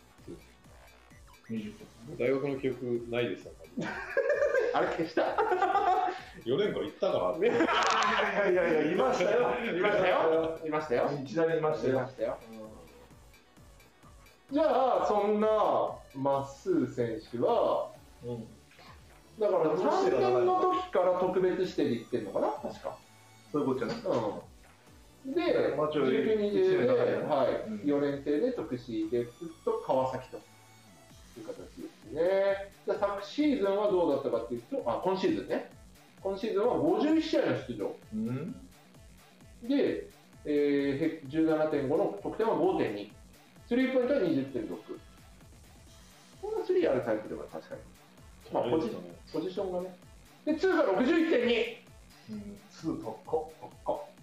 にじゅっ大学の記憶ないですよ。 あれ消した。 よねんかん行ったかなって。 いやいやいや、いましたよ。 いましたよ。いましたよ。 一台にいましたよ。 いましたよ。じゃあそんなまっすー選手は、 うん、 だからさんねんの時から特別指定で行ってるのかな、確か。 そういうことじゃない。 うん、で、 まあちょいじゅうきゅう、にじゅうで、はいうん、 よねん生で特殊でずっと川崎という形ですね。で昨シーズンはどうだったかっていうと、あ、今シーズンね。今シーズンはごじゅういち試合の出場。 うん、 で、えー、じゅうななてんごの得点は ごてんに。スリーポイントは にじゅってんろく。こんなスリーあるタイプでは確かに。まあ、ポジポジションがね。で、ツーが ろくじゅういってんに。 うん、ツー高っ。 高っ。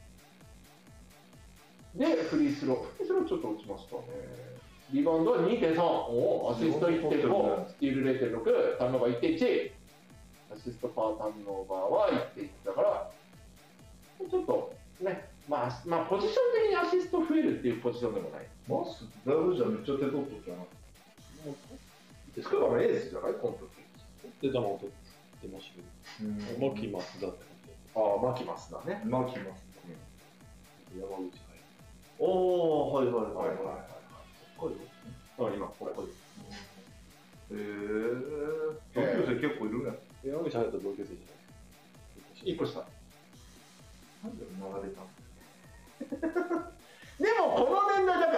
で、フリースロー。フリースローちょっと落ちましたね。リバウンドは にてんさん。おアシスト いってんご。スティール れいてんろく。ターンオーバー いってんいち。アシストパーターンオーバーは いってんいち だから、ちょっとね、まあ、まあ、ポジション的にアシスト増えるっていうポジションでもない。 マス、大学時代めっちゃ手取っとったな。 スクーバーのエースじゃないこの時。 取ってたのを取ってましたけど。マキマスだってああ、マキマスだね。 マキマス。 山口入おー、はいはいはいはい。 はいはい。あ、今、これ。 へぇ同級生結構いるね。 山口入った同級生じゃないいっこ下。 なんで流れたのでも、この年代だから、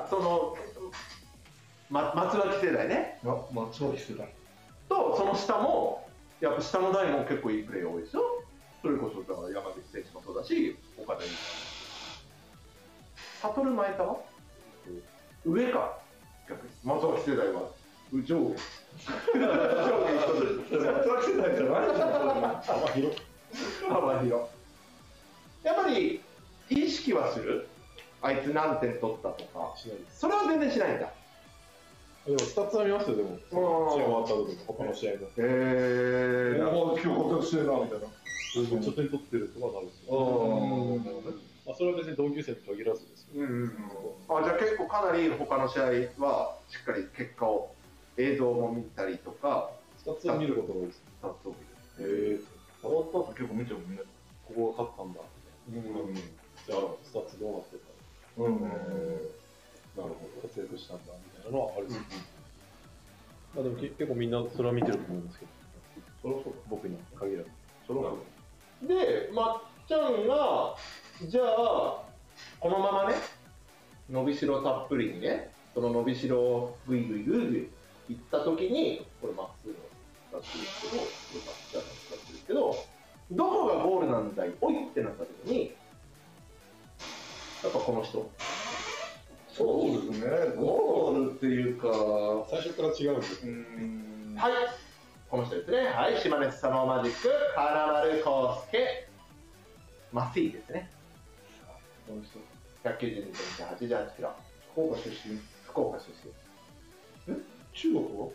その、ま、松脇世代ね。 あ、松脇世代。 と、その下も、やっぱ下の代も結構いいプレー多いですよ。それこそ、だから山口選手もそうだし、岡田に。悟前田は上か。逆に。松脇世代は、上下。上下一緒です。 松脇世代じゃないじゃん。 幅広。 幅広。やっぱり、意識はする。あいつ何点取ったとか。 しないです。 それは全然しないんだ。 でもスタッツは見ますよ、でも。試合終わった時の他の試合の。 へえ。 おー、今日活躍してるな、みたいな。 めっちゃ点取ってるとかなるんですよ。まあ、それは別に同級生に限らずですけど。 うんうんうん。あ、じゃあ結構かなり他の試合はしっかり結果を、映像も見たりとか、 スタッツを見ることが多いです。 スタッツを見る。 へえ。 終わった後結構見ちゃうもんね。 ここが勝ったんだ。 うん。 じゃあ、スタッツどうなってたうん。 なるほ活躍したんだみたいなのはあるんですけど。まあでも結構みんなそれは見てると思うんですけど。 そろそろ。 僕に限らず。 そろそろ。 ど。で、まっちゃんが、じゃあ、このままね、伸びしろたっぷりにね、その伸びしろをぐいぐいぐいぐいいったときに、これまっすぐのスタッツですけど、これまっちゃんのスタッツですけど、どこがゴールなんだい、おいってなったときに、やっぱこの人。 そうですね。ゴールっていうか、 最初から違うんですうよ。 ん。 はい、この人ですね。はい、島根スサノーマジック、金丸康介、マシーですね。 この人。 ひゃくきゅうじゅうにセンチ、はちじゅうはちキロ。 福岡出身。 福岡出身。 中国は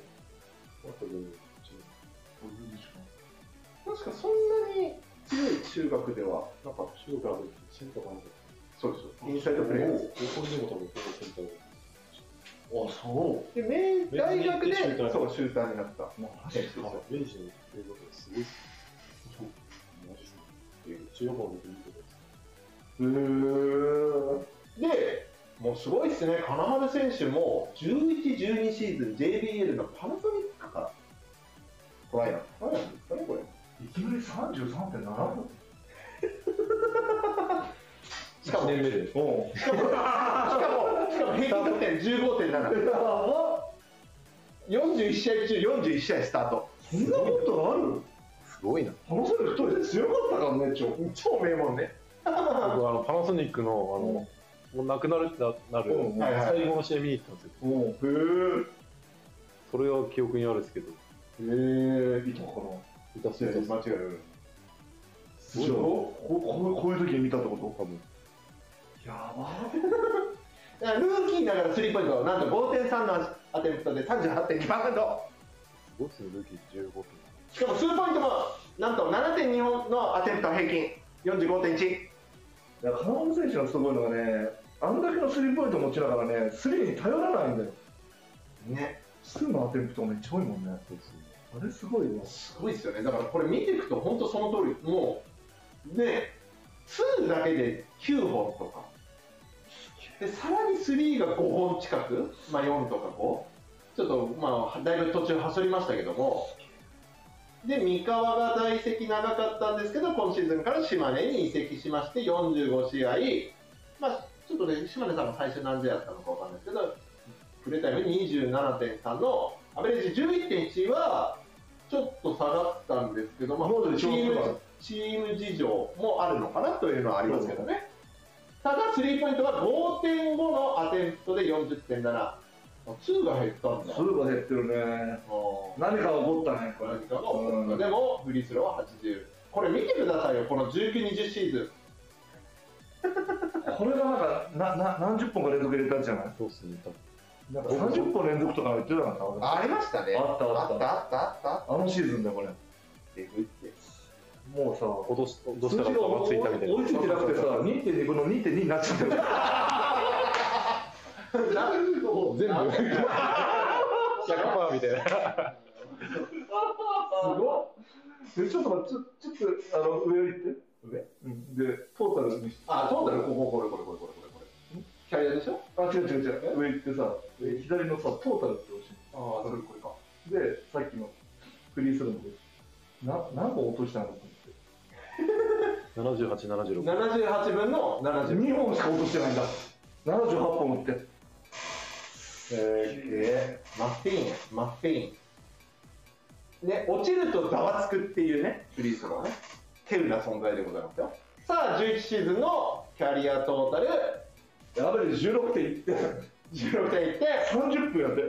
確かそんなに強い中学ではなかった。 中国からセンターがあるんですそうです。インサイドプレーヤーです。 高校でも多分高校センターあ、そう。 で名大学でシューターそうシューターになった選手ですよ。 明治の英語ってすごいっすね。マジっすね。中学校の時にいいことです。 へーで、もうすごいっすね、金丸選手もじゅういち、じゅうにシーズン ジェイビーエル のパナソニックからトライアントなんですかね、これ。 いきなり さんじゅうさんてんなな 分しかも、 いちねんめで。 しかも、しかも、しかも平均得点 じゅうごてんなな。よんじゅういち試合中よんじゅういち試合スタート。 そんなことある？ すごいな。 パナソニック一人で強かったからね、超。 超名門ね。 僕あのパナソニックのあの、もうなくなるってなる、 うんはいはい最後の試合見に行ったんですよ。 うん。へへそれは記憶にあるんですけど、 え。 え。いたかな。 いたそうです。 間違いない。 じゃあ、こここういう時に見たってこと多分。 やばルーキーながらスリーポイントなんと ごてんさん のアテンプトで さんじゅうはってんにパーセント。 すごいっすね、ルーキーじゅうごてん。 しかもツーポイントもなんと ななてんに 本のアテンプト平均 よんじゅうごてんいち。 いや、金丸選手のすごいのがね、あんだけのスリーポイント持ちながらね、スリーに頼らないんだよ。 ね、 ツーのアテンプトめっちゃ多いもんね。 そうですね。 あれすごいよ。 すごいですよね。だからこれ見ていくと本当その通り、もうでツーだけできゅうほんとかで、さらにスリーがごほん近く、まあ、よんとかご、ちょっとまあだいぶ途中走りましたけども、で三河が在籍長かったんですけど、今シーズンから島根に移籍しましてよんじゅうご試合、まあ、ちょっとね島根さんが最初何試合やったのかわかんないですけど、プレータイム にじゅうななてんさん のアベレージ じゅういってんいち はちょっと下がったんですけど、まあ、チームチーム事情もあるのかなというのはありますけどね。ただスリーポイントは ごてんご のアテンプトで よんじゅってんなな、ツーが減ったんだ。 ツーが減ってるね。何か起こったね、これ。 何かが起こった。でもフリースローははちじゅう。これ見てくださいよ、このじゅうきゅう、にじゅうシーズン。 これがなんかなな何十本か連続入れたんじゃない？ そうっすね、多分。 なんかさんじゅっぽん連続とか言ってたかな。 ありましたね。 あったあったあったあったあったあのシーズンだよこれ。 えぐいって。 もうさ、 落とし落とし数字がたら差がついたみたいな。 追いついてなくてさ、にてんに 分の にてんに になっちゃってる。 全部ひゃくパーセントみたいな。 すごい。え、ちょっと待って、ちょちょっとあの上行って。 上？ うん。で、トータルにして。 あ、トータルこここれこれこれこれこれこれ。キャリアでしょ？ あ、違う違う違う。上行ってさ、上左のさ、トータルってほしい。 ああ、それこれか。 で、さっきのフリースローで、な何本落としたのかと思って。 ななじゅうはち、ななじゅうろく。 ななじゅうはちぶんのななじゅう。 にほんしか落としてないんだ。ななじゅうはっぽん打って。 すげえ。マッフィーン、マッフィーン。ね、落ちるとざわつくっていうね、フリースローね。稀有な存在でございますよ。さあ、じゅういちシーズンのキャリアトータル、 アベレージじゅうろくてんいってん。 じゅうろくてんいって、 さんじゅっぷんやって。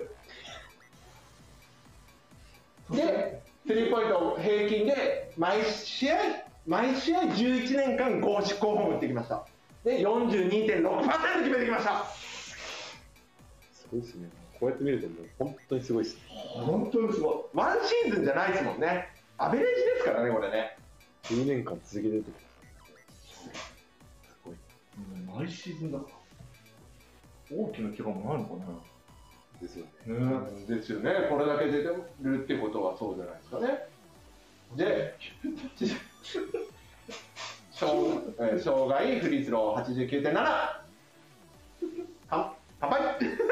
で、スリーポイント平均で毎試合、毎試合じゅういちねんかん ご, ごほん打ってきました。で、よんじゅうにてんろくパーセント 決めてきました。 すごいですね。こうやって見るともう本当にすごいですね。 本当にすごい。 ワンシーズンじゃないですもんね。アベレージですからね、これね。 じゅうねんかん続けてると。すごい。 うん、毎シーズンだから。大きな怪我もないのかな。 ですよね。 うん、ですよね。これだけ出てるってことはそうじゃないですかね。で、障え障害フリースロー はちじゅうきゅうてんなな。乾杯。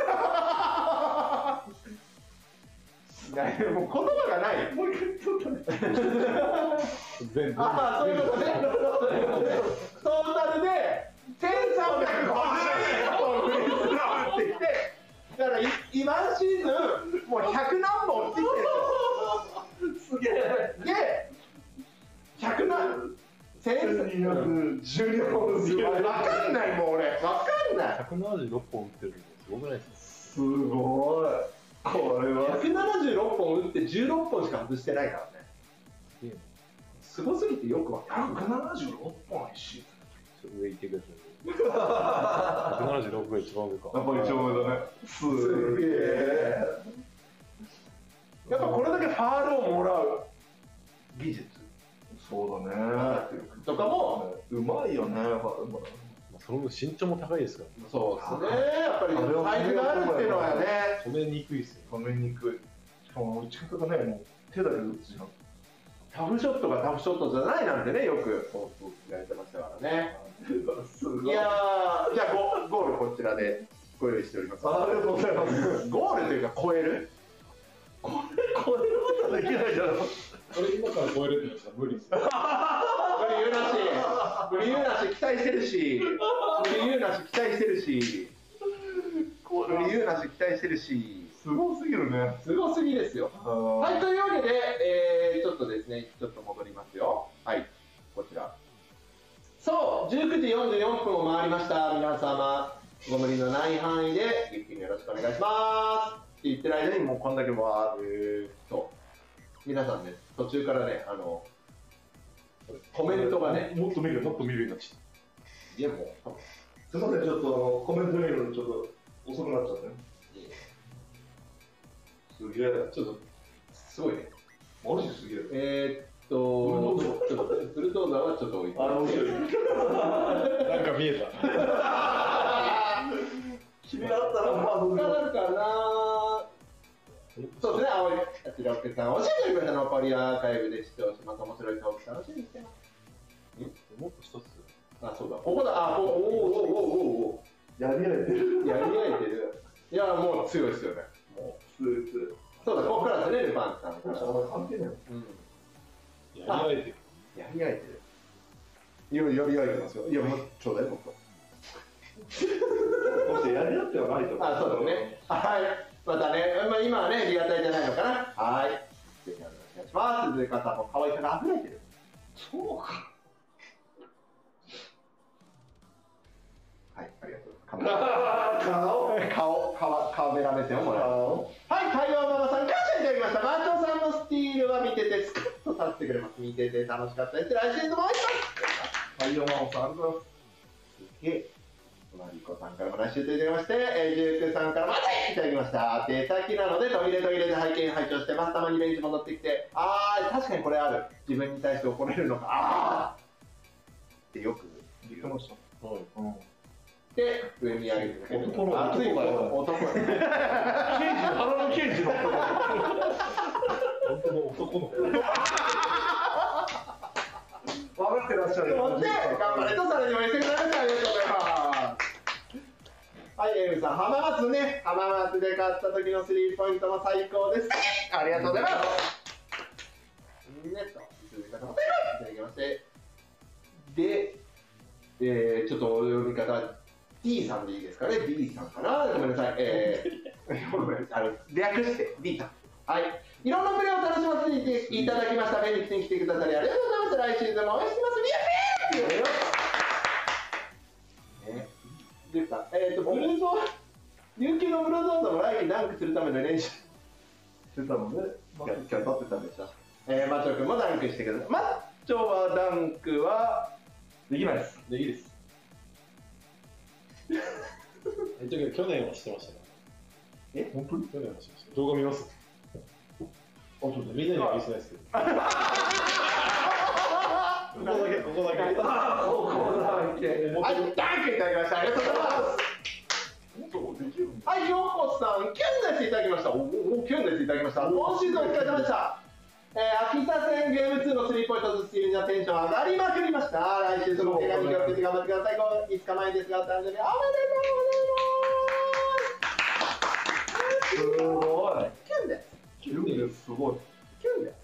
いやもう言葉がない。もう一回取ったね。 全部。 ああ、そういうことね。トータルでせんさんびゃくごじゅう本フリースロー打ってきて、だから今シーズンもうひゃくなんぼん打ってきてるんですよ。すげえ。で、ひゃくなんせんにひゃくじゅうにほん。わかんないもう俺。わかんない。 ひゃくななじゅうろっぽん打ってるのすごくないですか？ すごい。これは。 ひゃくななじゅうろっぽん打ってじゅうろっぽんしか外してないからね。すごすぎてよくわかんない。 ひゃくななじゅうろっぽんし。 上行ってください。ひゃくななじゅうろくが一番上か。 やっぱり一番上だね。 すげえ。やっぱこれだけファールをもらう技術そうだね。 とかもうまいよね。 まあその分身長も高いですから、 そうですね、やっぱりサイズがあるっていうのはね、 止めにくいですよ。 止めにくい。しかも打ち方がね、もう手だけで打つじゃん。 タフショットがタフショットじゃないなんてね、よく言われてましたからね。いやー、じゃあゴ、ゴールこちらでご用意しております。 ありがとうございます。 ゴールというか超えるこれ超えることはできないじゃん。 これ今から超えるって言ったら無理ですよ。 無理言うなし、無理言うなし期待してるし、無理言うなし期待してるし、無理言うなし期待してるし、 すごすぎるね。 すごすぎですよ。はい、というわけで、えー、ちょっとですね、ちょっと戻りますよ。はい、こちら。そう、じゅうくじよんじゅうよんぷんを回りました。皆様、ご無理のない範囲で、ギフティングよろしくお願いします。って言ってる間に、もうこんだけわーってと、皆さんね、途中からね、あの、コメントがね、 もっと見る、もっと見るようになっちゃった。 いやもう、 すみません、ちょっとあのコメント見るのちょっと遅くなっちゃってね。すげえ。 ちょっと、すごいね。 マジすげえ。 えー、っと、ちょっと、ブルドーザーはちょっと置いて。 あの、面白い。 なんか見えた。 君だったら、まあ、 わかるかな。そうですね、青いあちらお客さん、教えてくれたのパリアーカイブで視聴します。面白いトーク楽しみにしてます。 もっと一つ。 あ、そうだ、ここだ、あ、こう、おおおおおおやり合えてる。 やり合えてる。いや、もう強いですよね。 もう、強い強い。 そうだ、ここからですね、ルパンさんから。 あんまり関係ないよ。 うん。 やり合えてる。 やり合えてる。いや、やり合えてますよ。いや、もう、ちょうだい、僕。 もしやり合ってはないと思う。 あ、そうですね。はい。またね、まあ、今はね、リアタイじゃないのかな。はい。ぜひお願いします。続い方も可愛さが溢れてる。 そうか。 はい、ありがとうございます。顔、顔、顔、顔メラ目線をもらう。はい、太陽ママさん、感謝いただきました。マーチョさんのスティールは見てて、スカッとさせてくれます。見てて楽しかったです。来週ともお会いします。 太陽ママさん、ありがとうございます。 すげえ。マリコさんからも来週いただきまして、えー、ジュークさんからまたいただきました。出先なので、途切れ途切れで拝見、拝聴してます。たまにベンチ戻ってきて、あー、確かにこれある。自分に対して怒れるのか、あーってよく言ってました。はい。うん。 で、上見上げてくれる。 男の熱いわよ、男の。 刑事、腹の刑事の。 本当の男の子。 分かってらっしゃる。 頑張れとさらに応援してくださってありがとうございます。はい、エムさん、浜松ね、浜松で買った時のスリーポイントも最高です。ありがとうございます。ねと、続き方もいただきまして。で、えー、ちょっとお読み方、D さんでいいですかね、D さんかな、ごめんなさい。えー、ごめんなさい。略して D さん。はい。いろんなプレーを楽しませていただきました。フェニックスに来てくださりありがとうございます。来シーズンも応援してます。リアピーね。でさ、えっ、ー、と、ブルーゾー、琉球のブルーゾーンの来季ダンクするための練習してたのね。 今日撮ってたんでしょ。えー、マッチョ君もダンクしてください。マッチョはダンクはできないです。 でいいです。えっと、去年はしてましたね。 え、 本当に？ 去年はしてました。動画見ます。 あ、そうです。 みんなには見せないですけど。ここだけ、ここだけ。 あ、ここだけ。 はい、ダンクいただきました。ありがとうございます。はい、ヨコさん、キュンですいただきました。おお、キュンですいただきました。今シーズンお疲れ様でした。えー、秋田戦ゲームツーのスリーポイントずつスリーのテンション上がりまくりました。来週とも怪我に気をつけて頑張ってください。いつか前ですが、お誕生日おめでとうございます。すごい。キュンです。 キュンです。すごい。 キュンです。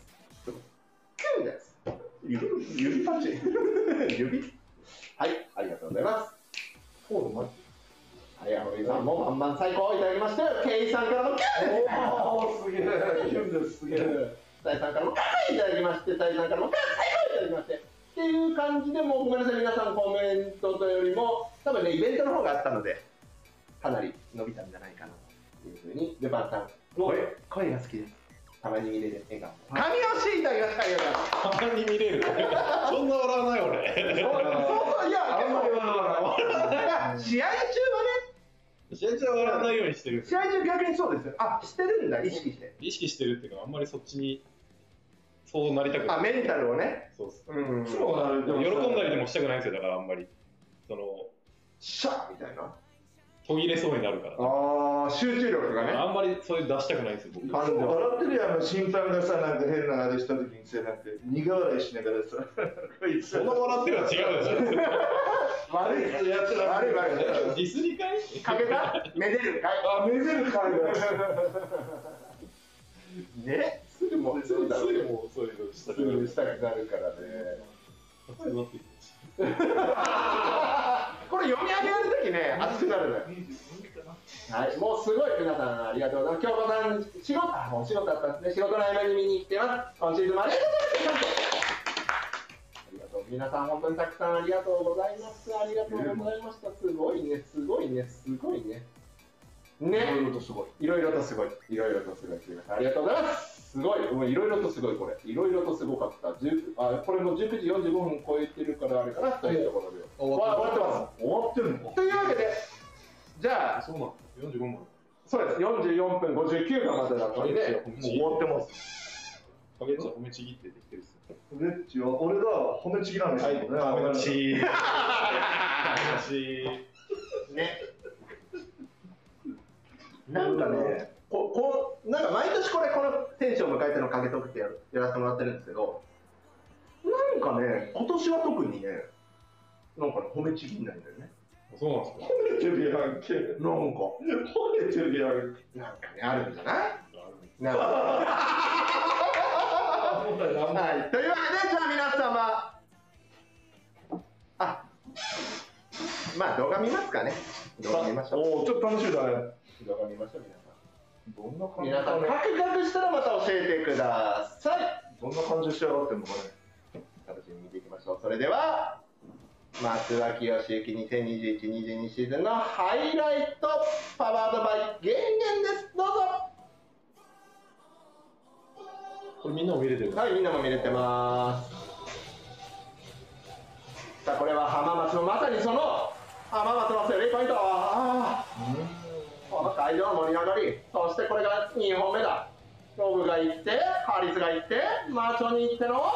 キュンです。指、指パチ指はい、ありがとうございます。 そうだ、マジはい、青井さんもバンバン最高いただきまして、ケイさんからもキュンです。 おー、すげえ。キュンです、すげえ。 タイさんからもキュンいただきまして、タイさんからもキュン最高いただきまして、っていう感じでもうごめんなさい、皆さんコメントというよりも、多分ね、イベントの方があったので、かなり伸びたんじゃないかなというふうに、ルパンさん、声、声が好きです。たまに見れる笑顔。神押しいただきました。ありがとうございます。 たまに見れる。そんな笑わない俺。 そうそう、いや、 あんまり笑わない。 試合中はね、 試合中は笑わないようにしてる。 試合中逆にそうですよ。あ、してるんだ、意識して。 意識してるっていうか、あんまりそっちにそうなりたくない。 あ、メンタルをね。 そうっす。 うん。 そうなる。 でも喜んだりでもしたくないんですよ、だからあんまり。その、 シャーみたいな。 途切れそうになるから。 ああ、集中力がね。 あんまりそれ出したくないんですよ、僕。 笑ってるやん、審判がさ、なんか変なあれした時にさ、なんか苦笑いしながらさ、こいつその笑ってるのは違うでしょ。 悪いやつら悪い悪い。 ディスりかいかけためでるかいあ、めでる会が。 ね、すぐもう、すぐだろうね。 もうそういうのしたすぐしたくなるからね。これ読み上げるときね、熱くなるのよ。はい、もうすごい皆さんありがとうございます。京子さん、仕事、あ、もう仕事だったんですね。仕事の合間に見に来てます。今シーズンもありがとうございます。ありがとう。皆さん本当にたくさんありがとうございます。ありがとうございました。すごいね、すごいね、すごいね。ね、いろいろとすごい。いろいろとすごい。いろいろとすごい。ありがとうございます。すごい。もういろいろとすごい、これ。いろいろとすごかった。あ、これもじゅうくじよんじゅうごふん超えてるからあれかなというところで。終わってます。 終わってるのというわけで、じゃあ、 そうなんですよんじゅうごふん。 そうです。よんじゅうよんぷんごじゅうきゅうがまでだったので、 もう終わってます。 かげちゃん褒めちぎってできてるっすよ。 レッチは、俺が褒めちぎらないですよね。 褒めちぎ。褒めちぎ。 ね。なんかね、ここなんか毎年これ、このテンションを迎えてのかけとくってややらせてもらってるんですけど、なんかね、今年は特にね、なんかね、褒めちぎんないんだよね。 そうなんですか。 褒めてるやんけ。 なんか、 褒めてるやん。 なんかね、あるんじゃないなんかはい、というわけで、じゃあ皆様、あ、まあ動画見ますかね。動画見ましょう。 おお、ちょっと楽しみだね。 動画見ましょう、皆さん。 どんな感じ皆さん、カクカクしたらまた教えてください。 どんな感じで仕上がってんのかね。 楽しみに見ていきましょう。それでは、松脇義行にせんにじゅういち、にじゅうにシーズンのハイライトパワードバイゲンゲンです。どうぞ。 これみんなも見れてる。 はい、みんなも見れてます。さあ、これは浜松のまさにその浜松のセリーポイント。ああ、この会場の盛り上がり。そしてこれがにほんめだ。ロブが行って、ハリスが行って、マーチョに行っての。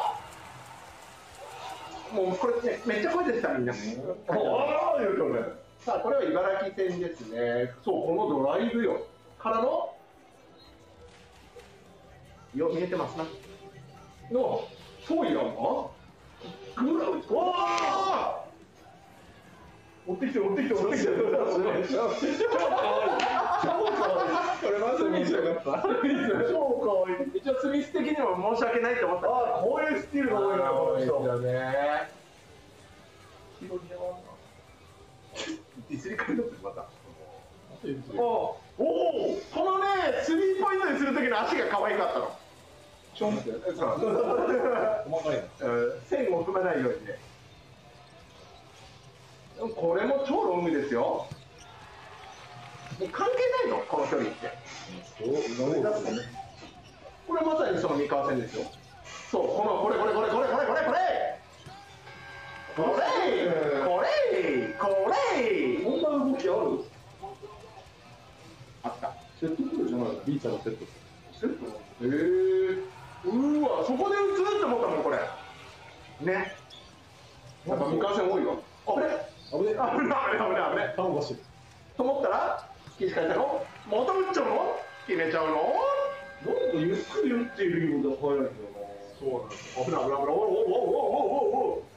もうこれね、めっちゃ声出てたみんな。 ああ、言うとね。 さあ、これは茨城戦ですね。そう、このドライブよ。からの、よ、見えてますな。の、そういらんかぐらう。おー追ってきて、追ってきて、追ってきて。超かわいい。超かわいい。 これまず面白かった。 超かわいい。 一応、スミス的にも申し訳ないと思った。 ああ、こういうスティールが多いな、この人。 だね。ディスり返ってまた。おお、このね、スリーポイントにする時の足が可愛かったの。 ちょんって。 細かいな。 線を踏まないようにね。これも超ロングですよ。もう関係ないの、この距離って。これまさにその三河線ですよ。そう、このこれこれこれこれこれこれこれこれこれこれこれこんな動きある？ あった。 セットプレーじゃないの？ ビーチャーのセット。 セット？ へー。うーわ、そこで打つって思ったもん、これ。ね。やっぱ三河線多いわ。あれ危ねえ。 危ない危ない危ない危ない。 ターンがしてる。 と思ったら、起死回生の、また打っちゃうの決めちゃうのなんかゆっくり打っているようで速いんだよな。 そうなんです。危ない危ない危ない。おおおおおおお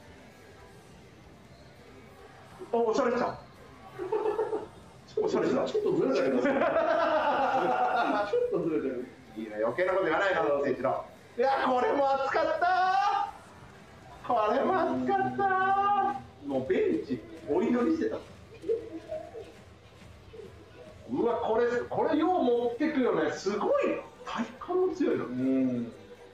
おおおしゃれちゃう。おしゃれちゃう。 ちょっとずれたけど。ちょっとずれてる。 いいね、余計なこと言わないな、誠一郎。いや、これも熱かったこれも熱かったもうベンチ、お祈りしてた。うわ、これ、これよう持ってくよね。すごい体幹も強いの。 うん。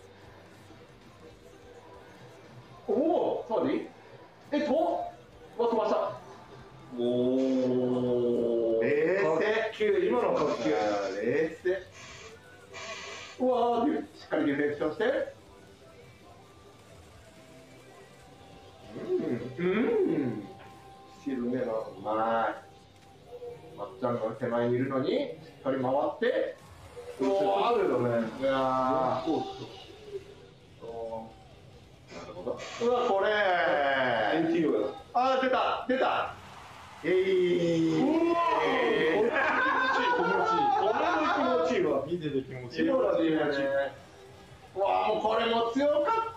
おお、そうでいいえっと、うわ、飛ばした。 おお。 冷静。 今のかっけえ。 冷静。うわー、しっかりディフレクションして。うん、うん。 スキルねえな。 うまい。まっちゃんが手前にいるのに、しっかり回って。 うわー、あるよね。 いやー。 そうなるほど。うわ、これ。 エンティーオだ。 あー、出た、出た。 えい。 うわー、これ気持ちいい、気持ちいい。これの気持ちいいわ。見てて気持ちいい。 気持ちいいよね。うわあ、もうこれも強かった。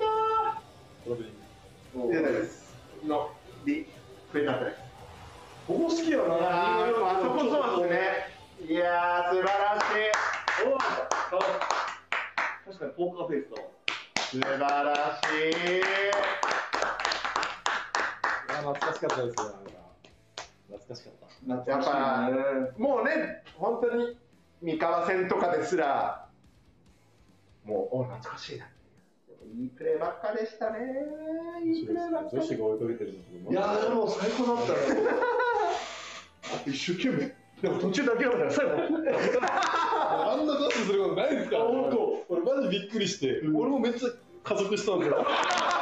これでいい。 いやです。のリフェナテです。 ここ好きやな。 あそこそうですね。いやー素晴らしい。 おー、確かにポーカーフェイスだわ。 素晴らしい。 いや懐かしかったですよ。懐かしかった。 やっぱもうね、本当に三河戦とかですらもうお懐かしいな。いいプレーばっかでしたね。いいプレーばっかり。 女子が追いかけてるんだけど。 いやーでも最高だったね。一生懸命。でも途中だけなんだよ。最後。 あんなダッシュすることないですから。 本当。 俺マジびっくりして、うん、俺もめっちゃ加速したんだよ。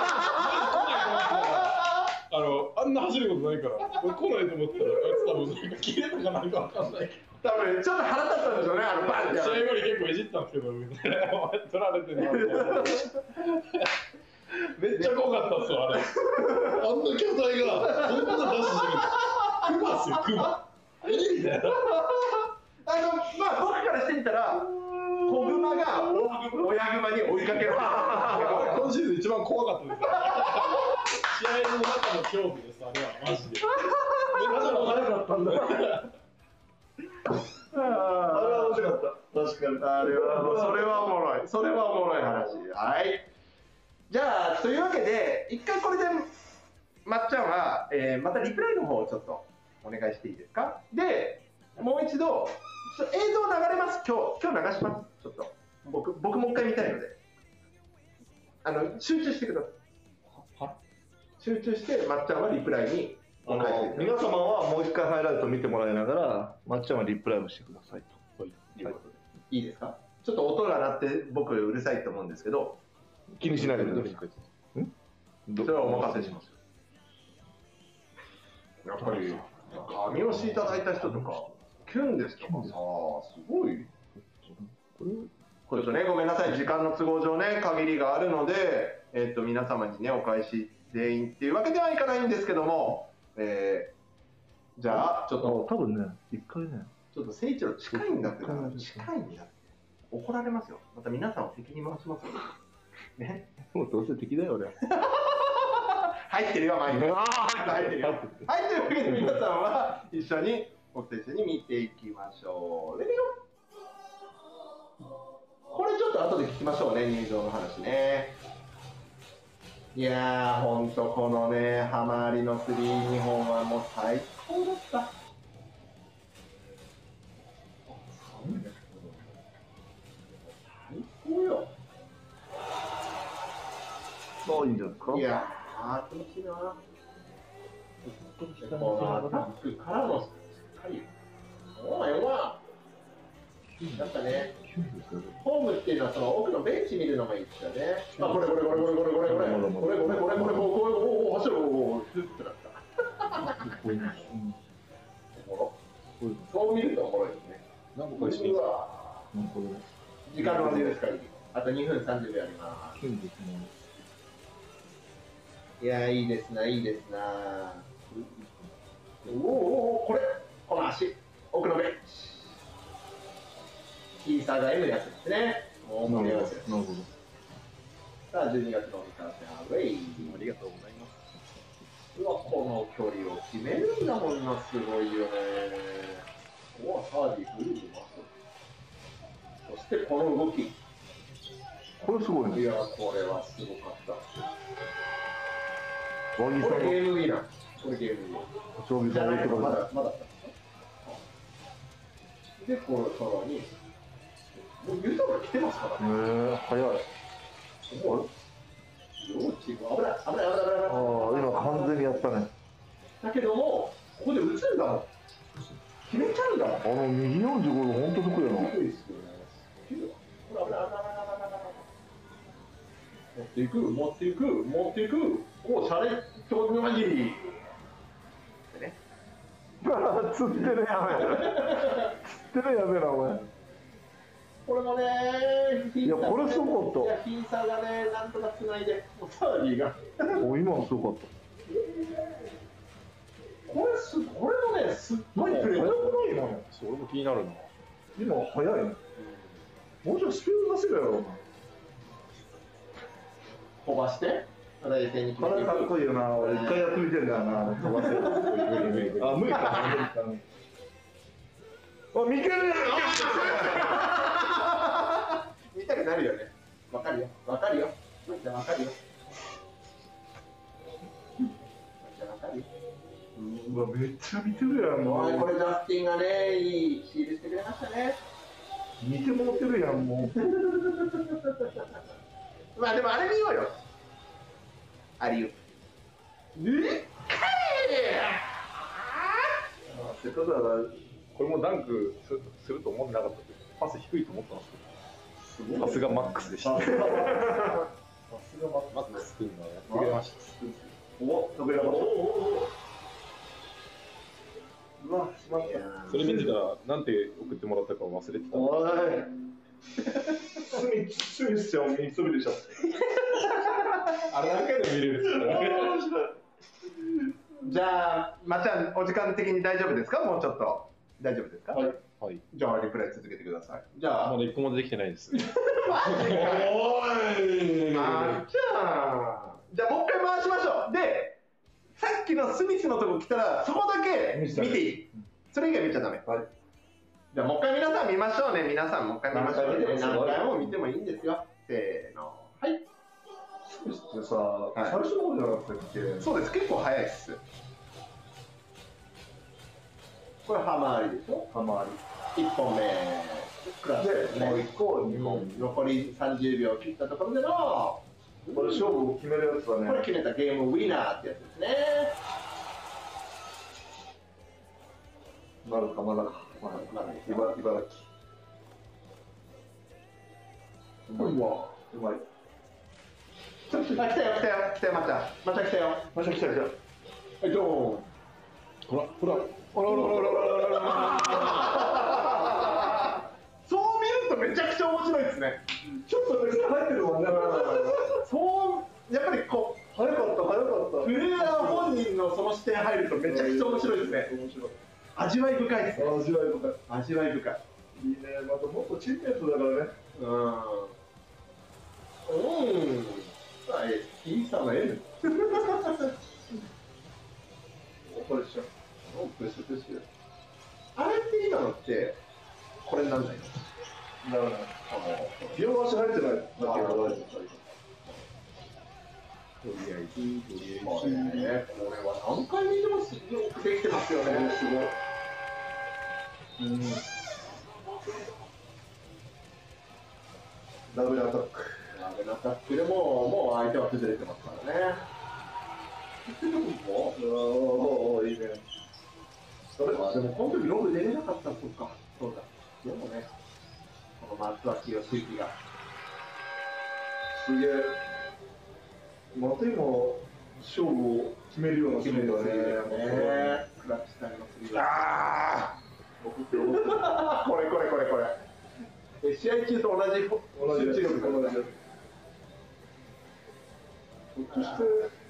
あのあんな走ることないから、俺来ないと思ったら、あいつ多分なんか切れたかなんかわかんないけど。 多分ちょっと腹立ったんでしょうね、あのバンって。 試合後に結構いじったんですけど、取られてるなみたいな。めっちゃ怖かったっすよ、あれ。あんな巨体が、こんなダッシュしてる。クマっすよ、クマ。えみたいな。 あの、まあ僕からしてみたら、子グマが親グマに追いかける。 今シーズン一番怖かったです。試合の中の恐怖です、あれは、マジで。めっちゃ速かったんだ。 あれは面白かった。確かに。あれはもうそれはおもろい。それはおもろい話。はい。じゃあというわけで一回これでまっちゃんは、えー、またリプライの方をちょっとお願いしていいですか。でもう一度映像流れます。今日今日流します。ちょっと僕僕もう一回見たいので、あの集中してください。は集中してまっちゃんはリプライに。 あの皆様はもう一回ハイライト見てもらいながら、まっちゃんはリプライもしてくださいと。はい、 はい、いいですか。ちょっと音が鳴って僕うるさいと思うんですけど、 気にしないでください。 それはお任せしますよ。やっぱり神押しいただいた人とかキュンですとかさ、すごい。ちょっとね、ごめんなさい、時間の都合上ね限りがあるので、えっと皆様にねお返し全員っていうわけではいかないんですけども。えー、じゃあちょっと多分ね一回ねちょっと誠一郎近いんだって近いんだって怒られますよ。また皆さんを敵に回しますよね。 もうどうせ敵だよ俺。 入ってるよマイク。入ってるよ。はい、というわけで皆さんは一緒に僕と一緒に見ていきましょう。レディゴ。これちょっと後で聞きましょうね、入場の話ね。いやー、ほんとこのね、ハマりのスリーにほんはもう最高だった。最高よ。 そういいんじゃないですか。 いやー、気持ちいいな。このアタックからのしっかり。お前は、なんかね、ホームっていうのはその奥のベンチ見るのがいいですよね。あ、これこれこれこれこれこれこれこれこれこれこれこれこれ走るおおスッとなった。そう見るとおもろいですね。 何個返していいですか。 時間の問題ですから。あとにふんさんじゅうびょうあります。いやいいですな、いいですな。おおおこれこの足奥のベンチ。キーサーが M のやつですね。もう盛り上がってる。なるほど。さあ、じゅうにがつのみかん戦アウェイ。 ありがとうございます。 うわ、この距離を決めるんだもんな、すごいよね。うわ、サーディフルうまそう。そしてこの動き。 これすごいね。 いや、これはすごかった。 これゲームウィナー。これゲームウィナー。 将棋さん置いてください。 まだ、まだ。で、これさらに。もうユタが来てますからね。 へえ、早い。あれ？ 両チーム危ない危ない危ない危ない。 ああ、今完全にやったね。 だけども、ここで打つんだもん。決めちゃうんだもん。 あの右よんじゅうご度本当得やな。 低いですよね。危ない危ない危ない危ない。持っていく、持っていく、持っていく。お、シャレとの切り。でね。 釣ってるやべえ。釣ってるやべえなお前。 これもね、 いやこれすごかった。 いやヒーサーがね、なんとかつないで、サーディが。 お今はすごかっこれす、これもね、すっごいプレー。 速くないのよ。それも気になるな。 今速いね。もうちょいスピード出せるやろ、お前。 飛ばして、冷静に決これめていく。 かっこいいよな。俺一回やってみてんだよな。飛ばせる。あ、無理か。無理か。あ、見てるやん。 見たくなるよね。わかるよ。わかるよ。めっちゃわかるよ。めっちゃわかるよ。 うわ、めっちゃ見てるやん。もおい、これうジャスティンがね、いいシールしてくれましたね。 見てもってるやん、もう。 まあでもあれ見ようよ。アリウープ。えっせっかくだからこれもダンクすすると思ってなかったけど、パス低いと思ったんですけど、パスがマックスでした。 さすがマッマックス君がやってくれました。 お、飛べなかった。うわ、しまっそれ見てたら、なんて送ってもらったか忘れてた。 おい。スミス、スミスちゃんを見そびれちゃった。 あれ何回でも見れるんですからね。 じゃあ、まっちゃん、お時間的に大丈夫ですか？もうちょっと。大丈夫ですか？ はい。はい。 じゃあ、リプレイ続けてください。じゃあ、 まだ一個もできてないです。 マジかおい。 まっちゃん。じゃあ、もう一回回しましょう。で、さっきのスミスのとこ来たら、そこだけ見ていい。それ以外見ちゃダメ。 はい。 じゃあ、もう一回皆さん見ましょうね。皆さん、もう一回見ましょうね。 何回見ても何回も見てもいいんですよ。せーの。はい。 スミスってさ、 い最初の方じゃなかったっけ？ そうです。結構早いっす。これ、ハマーリでしょ？ ハマいっぽんめ。クラスですで、 ね。 もう一個、二うん本。 残りさんじゅうびょう切ったところでの、 これ勝負を決めるやつだね。 これ決めたゲームウィナーってやつですね。 まだか、まだか。まだか。 まだですよ茨茨城。うまいわ。うまい。 あ、来たよ、来たよ、来たよ、また。また来たよ。 また来た来た。 はい、どうも。 ほら、ほら、ほらほらほらほらほらほら。 そう見るとめちゃくちゃ面白いですね。 ちょっとね、入ってるもんね。 そう、やっぱりこう、 早かった、早かった。 プレイヤー本人のその視点入るとめちゃくちゃ面白いですね。 面白い。 味わい深いですね。 味わい深い。 味わい深い。 いいね、またもっとチームメイトだからね。 うん。うん。はい、いいさの N。 これしちゃう。 お、プッシュプッシュ。あれって今のって、これになんないの？ だからね、両足入ってない。だけど大丈夫。 とりあえず、とりあこれね、これは何回見てもすごくできてますよね。すごい。 うん。ダブルアタック。 ダメなタックでも、もう相手は崩れてますからね。もうおお、いいね。 それはでも、この時ロブ出れなかったのか。そうだ。でもね、この松脇義之が。 すげえ。また今、勝負を決めるような決めるよね。 ね。 クラッチタイムのスリー。 ああ。送って送って。 これこれこれこれ。え試合中と同じ同じやつ。 集中力同じやつ。ひょっとして、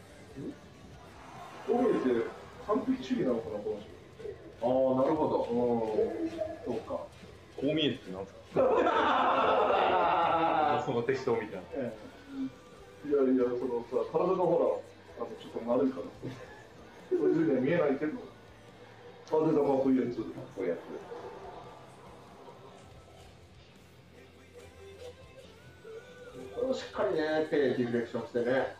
こう見えて完璧主義なのかな、この人。 ああ、なるほど。 そうか。 こう見えてってなんですか？その適当みたいな。 いやいや、そのさ、体がほら、あのちょっと丸いから、そういうふうには見えないけど、風玉こういうやつ、こういうやつ。 これをしっかりね、手でディフレクションしてね。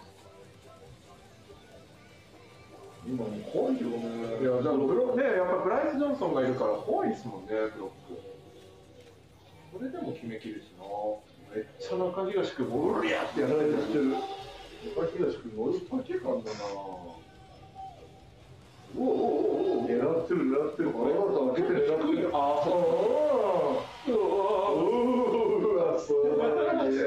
今も怖いけどね。 いや、じゃあブロね、やっぱブライス・ジョンソンがいるから怖いですもんね、ブロック。それでも決めきるしな。めっちゃ中東君もうりゃってややらられてる。 れてる。中東君、俺、パケ感だな。おおおお、狙ってる、狙ってる。これはさ、開けて狙ってる。ああ、そう。うわ、そうだね。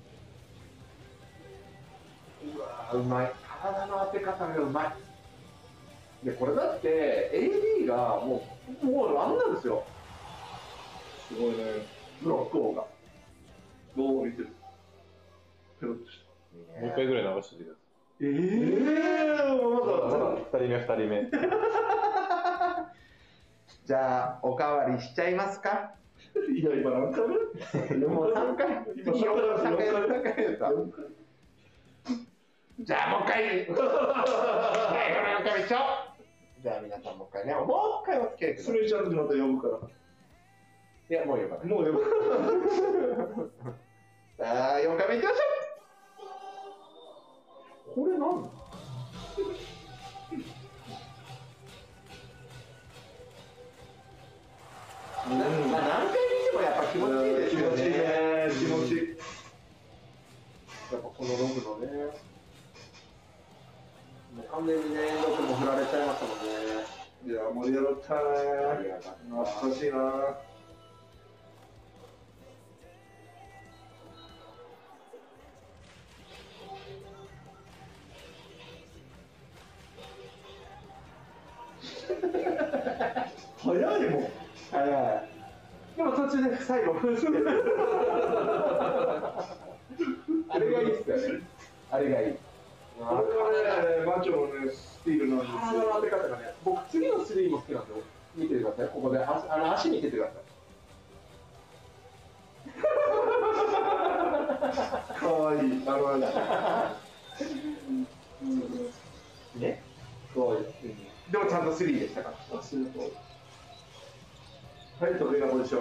うわー、うまい。体の当て方がうまい。で、これだって、エーディー がもう、もうあんなんですよ。 すごいね。 ブロック王が。 どう見てる。ペロッとしもう一回ぐらい流しておいてください。 ええー、まだ、まだ。 二人目、二人目。 じゃあおかわりしちゃいますか。 いや、今何回目？ もうさんかい、 今さんかいさんかいさんかいやった。じゃあもう一回、最後のよんかい目しょ。じゃあ皆さんもう一回ね、もう一回お付き合いください。 スメちゃんとまた呼ぶから。 いや、もうよかった。 もう呼ぶ。 さあ、よんかいめいきましょう。これなんだ。まあ、何回見てもやっぱ気持ちいいですよね。 気持ちいい。 やっぱこのログのね、もう完全にね、ログも振られちゃいましたもんね。 いや、盛り上がったね。懐かしいな。早いもん。 早い。でも途中で最後、ふんしてる。あれがいいっすよね。あれがいい。 あれはね、マチョのね、スティールなんですよ。 体の当て方がね、僕、次のスリーも好きなんで、見ててください。ここで、足、あの足見ててください。 かわいい。あのね。 かわいい。 でもちゃんとスリーでしたから。 あ、すると。はい、得意なポジション。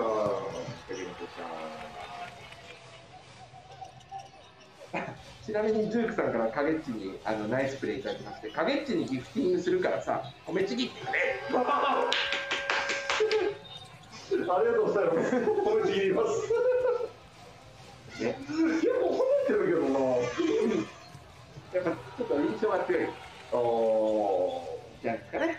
ちなみにジュークさんから影っちにあのナイスプレーいただきまして、影っちにギフティングするからさ、米ちぎってくれ。 ありがとうございます。褒めちぎります。 ね、 結構褒めてるけどな。 やっぱちょっと印象が強い。おー、じゃないですかね。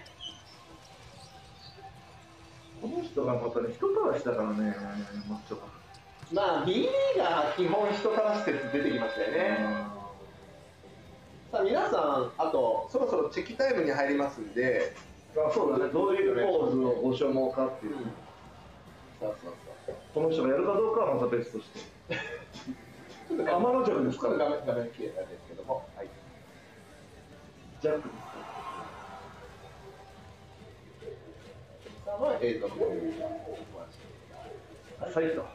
この人がまたね、人たらしだからね、マッチョが。 まあ ビーリーが基本人たらし説出てきましたよね。さあ皆さん、あとそろそろチェキタイムに入りますんで、 あ、そうだね、どういうポーズをご所望かっていう。 うん、そうそうそう。 この人がやるかどうかはまた別として。天の弱ですから。 画面画面消えたんですけども、はい。 ジャックですか。 さあ、まあ、えーと、こういう。 サイト。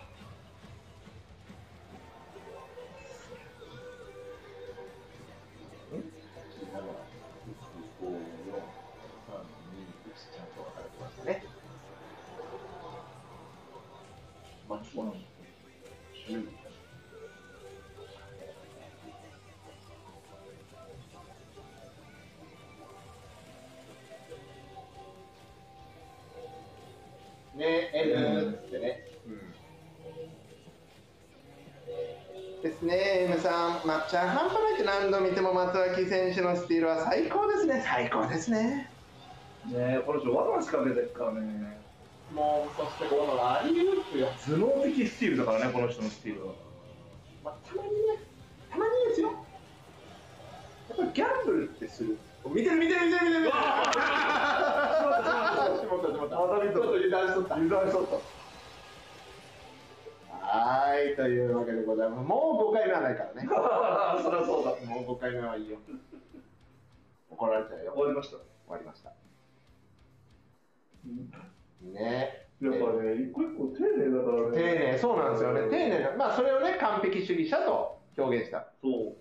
ね。 マッチョなんだ。 ね、N ってね。うん、ですね、M さん、まっちゃん、半端ないって何度見ても松脇選手のスティールは最高ですね、最高ですね。 ねえ、この人、技仕掛けてるからね。 もう、そしてこのアリウープが、 頭脳的スティールだからね、この人のスティールは。 まあ、たまにね、たまにですよ。やっぱりギャンブルってする。見てる見てる見てる見てる見てる。しまったしまったしまった。 あ、ダメだ。 ちょっと油断しとった。 油断しとった。 はーい、というわけでございます。もうごかいめはないからね。 そりゃそうだ。 もうごかいめはいいよ。怒られちゃうよ。 終わりました。 終わりました。ね。 やっぱね、一個一個丁寧だからね。 丁寧、そうなんですよね。丁寧な、まあそれをね、完璧主義者と表現した。 そう。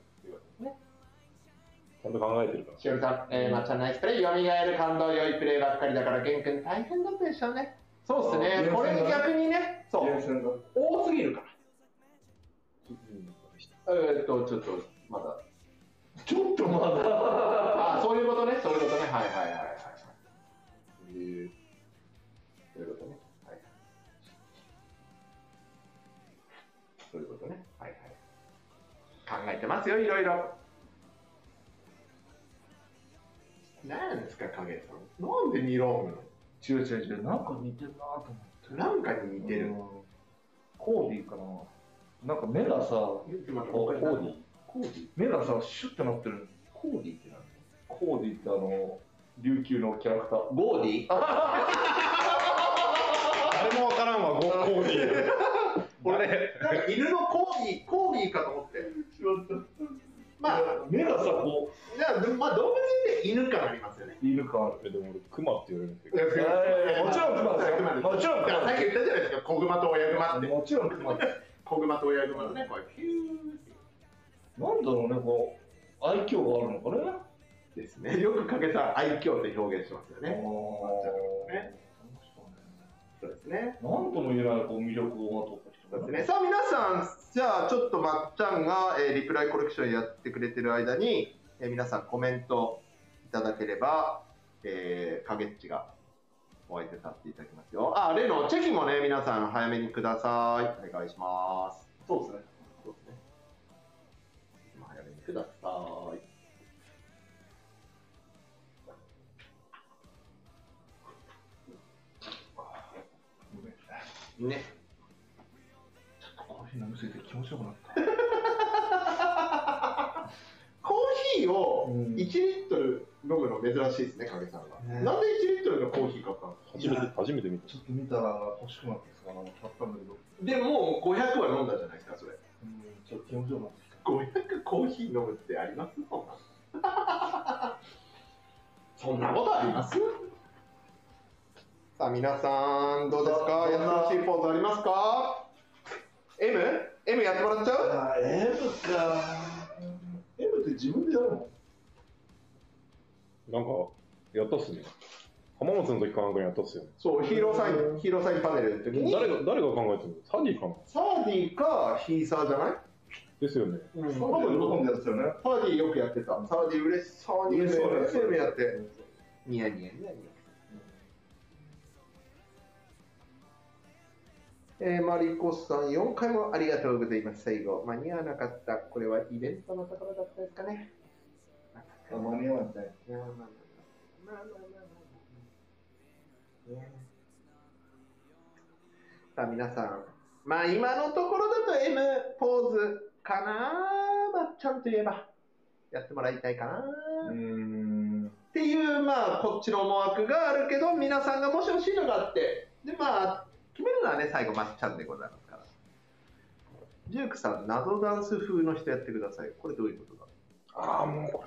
ちゃんと考えてるから。 しおりさん、えー、まっちゃんナイスプレー、蘇る感動、良いプレーばっかりだから、玄君大変だったでしょうね。そうっすね。これ逆にね、そう、多すぎるから。えーっと、ちょっと、まだ。 ちょっとまだ。 あ、そういうことね、そういうことね。はいはいはいはい。えー、そういうことね。はい。そういうことね。はいはい。考えてますよ、いろいろ。なんですか、影さん。なんでにロング違う違う違う、なんか似てるなと思って。 なんかに似てる。 コーディーかな。なんか目がさ、コーディーディー目がさ、シュッてなってる。コーディーって何？コーディーってあの、琉球のキャラクター。 ゴーディ誰もわからんわ、ゴーディー。 俺、なんか犬のコーディー、コーディーかと思って。まあ、 目がさ、こじゃあ、まあ、動物園でで犬感ありますよね。 犬感ある。 えでも俺クマって言われるんですけど、 えーもちろんクマですよ。もちろんクマさっき言ったじゃないですか、子グマと親グマって。 もちろんクマです。 子グマと親グマのね、これピューってなんだろうね、こう愛嬌があるのかね。 ですね。よく影さん愛嬌って表現しますよね。 ね。 そうですね。 なんとも言えないこう魅力をまとった人そうですね。さあ皆さん、じゃあちょっとまっちゃんが、えーリプライコレクションやってくれてる間に、えー皆さんコメントいただければ、えー、影っちがお相手させていただきますよ。あ、例のチェキもね、皆さん早めにください。お願いします。 そうですね。 そうですね。早めにください。ね。 ちょっとコーヒー飲みすぎて気持ちよくなった。 コーヒーをうんいちリットル飲むの珍しいですね、影さんが。 ねなんでいちリットルのコーヒー買ったんですか？ 初めて初めて見た。 ちょっと見たら欲しくなってさ、買ったんだけど、 でもうごひゃくは飲んだじゃないですか、それ。 うん、ちょっと気持ちよくなってきた。 ごひゃくコーヒー飲むってあります？そんなそんなことあります？さあ皆さんどうですか？やってほしいポーズありますか？ エム？ エム やってもらっちゃう？ あ、M か。M って自分でやるの？ なんかやったっすね。浜松の時かなんかにやったっすよね。 そう、ヒーローサイン、ヒーローサインパネルの時に誰が誰が考えてるの？サディかな？ サーディかヒーサーじゃない？ ですよね。 うん、 多分喜んでやってたよね。 サーディよくやってた。サーディ嬉しそうに嬉しそうねエムやってニヤニヤニヤニヤ。えー、マリコさん、よんかいもありがとうございます。最後、間に合わなかった。これはイベントのところだったですかね。 あ、間に合わない。 まあまあまあまあまあまあまあね。さあ、皆さん、まあ今のところだと エム ポーズかな。まあ、ちゃんと言えば、やってもらいたいかな。 うーん。 っていう、まあ、こっちの思惑があるけど、皆さんがもし欲しいのがあって、で、まあ、決めるのはね、最後、まっちゃんでございますから。ジュークさん、謎ダンス風の人やってください。これどういうことだ？ ああもうこれ